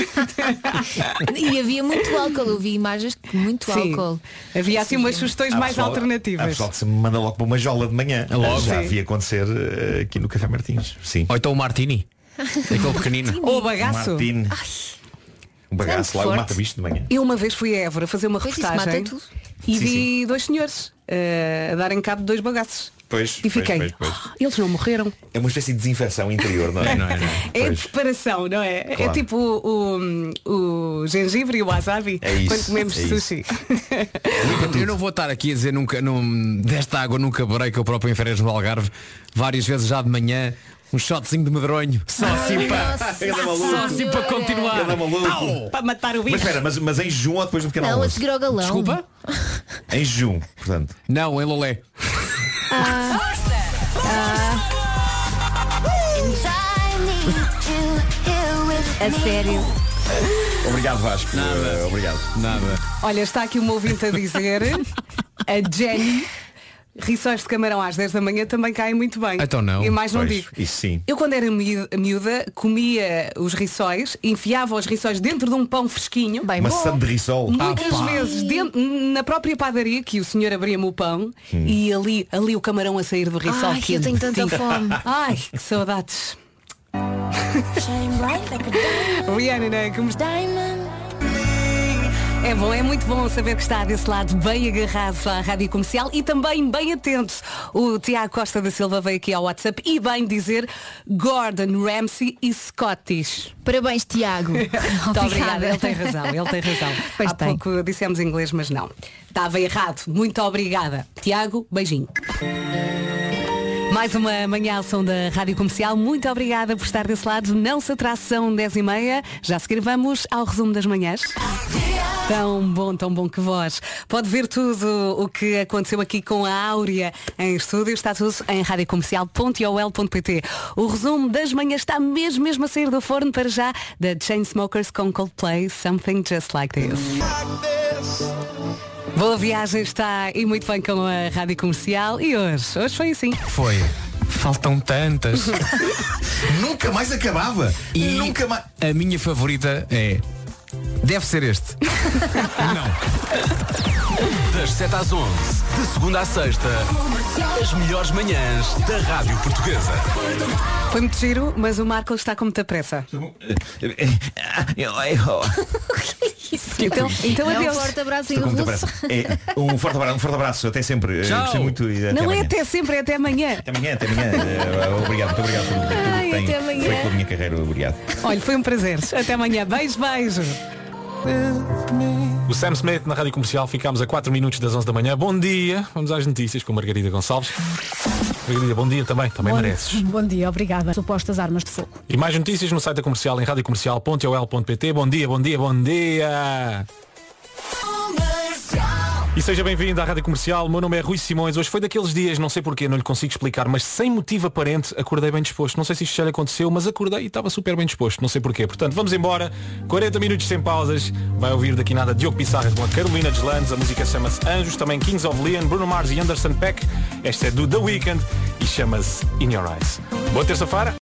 E havia muito álcool, eu vi imagens com muito Sim. álcool. Havia assim umas sugestões Há mais pessoal, alternativas. Há pessoal que se manda logo para uma jola de manhã. Logo. Já Sim. vi acontecer uh, aqui no Café Martins. Sim. Ou então o Martini. Aquele pequenino. Ou o bagaço. Martini. Um bagaço lá, Forte. o mata-bicho de manhã. Eu uma vez fui a Évora fazer uma Pois isso reportagem mata tudo. e Sim, vi sim. dois senhores uh, a darem cabo de dois bagaços. Pois, E fiquei, pois, pois, pois. "Oh, eles não morreram. É uma espécie de desinfecção interior, não é? Não é, não é? É Pois. preparação, não é? É Claro. tipo o, o, o gengibre e o wasabi É isso, quando comemos é isso. sushi. Eu não vou estar aqui a dizer nunca, num, desta água nunca beberei, que eu próprio em férias no Algarve, várias vezes já de manhã, um shotzinho de medronho. Só assim para, Ganda maluco. só assim para continuar. Ganda maluco. Para matar o bicho. Mas espera, mas, mas em jejum ou depois do pequeno Não, a almoço? seguir ao galão. Desculpa? Em jejum, portanto. Não, em Lolé. A sério. Obrigado, Vasco. Nada. Uh, obrigado. Nada. Olha, está aqui uma ouvinte a dizer, a Jenny, rissóis de camarão às dez da manhã também caem muito bem. Então não. E mais não Pois, digo. isso sim. Eu quando era miúda, miúda, comia os rissóis, enfiava os rissóis dentro de um pão fresquinho. Bem Maçã bom. de rissol. Muitas Ah, pá. vezes dentro, na própria padaria que o senhor abria-me o pão e ali, ali o camarão a sair do rissol Ai, quente. eu tenho tanta fome. Ai, que saudades. Rihanna, né? Como... É bom, é muito bom saber que está desse lado bem agarrado à Rádio Comercial e também bem atento. O Tiago Costa da Silva veio aqui ao WhatsApp e bem dizer Gordon Ramsay e Scottish. Parabéns, Tiago. Muito obrigada, ele tem razão, ele tem razão. Pois Há tem. pouco dissemos inglês, mas não. Estava errado. Muito obrigada. Tiago, beijinho. Mais uma manhã ao som da Rádio Comercial. Muito obrigada por estar desse lado. Não se atrase, são dez e meia. Já a seguir vamos ao resumo das manhãs. Tão bom, tão bom que voz. Pode ver tudo o que aconteceu aqui com a Áurea em estúdio. Está tudo em radiocomercial ponto i o l ponto p t. O resumo das manhãs está mesmo, mesmo a sair do forno para já da Chainsmokers com Coldplay, Something Just Like This. Boa viagem, está e muito bem com a Rádio Comercial. E hoje? Hoje foi assim. Foi. Faltam tantas. Nunca mais acabava. E Nunca mais. a minha favorita é... Deve ser este. Das sete às onze, de segunda à sexta, as melhores manhãs da Rádio Portuguesa. Foi muito giro, mas o Marco está com muita pressa. Então, então É um adeus. forte abraço em Estou com muita russo. pressa. É, um forte abraço, um forte abraço, até sempre. Tchau. Gostei muito e até Não é amanhã. até sempre, é até amanhã. Até amanhã, até amanhã. Eh, Obrigado, muito obrigado por tudo Ai, que tem até amanhã. feito pela minha carreira. Obrigado. Olha, foi um prazer. Até amanhã. Beijo, beijo. O Sam Smith na Rádio Comercial. Ficámos a quatro minutos das onze da manhã. Bom dia. Vamos às notícias com Margarida Gonçalves. Margarida, bom dia também. Também Bom- mereces. Bom dia, obrigada. Supostas armas de fogo. E mais notícias no site da Comercial em radiocomercial ponto i o l ponto p t. Bom dia, bom dia, bom dia. E seja bem-vindo à Rádio Comercial. O meu nome é Rui Simões. Hoje foi daqueles dias, não sei porquê, não lhe consigo explicar, mas sem motivo aparente acordei bem disposto. Não sei se isto já lhe aconteceu, mas acordei e estava super bem disposto. Não sei porquê. Portanto, vamos embora. quarenta minutos sem pausas. Vai ouvir daqui nada Diogo Pissarra com a Carolina Deslandes. A música chama-se Anjos. Também Kings of Leon, Bruno Mars e Anderson Paak. Esta é do The Weeknd e chama-se In Your Eyes. Boa terça-feira.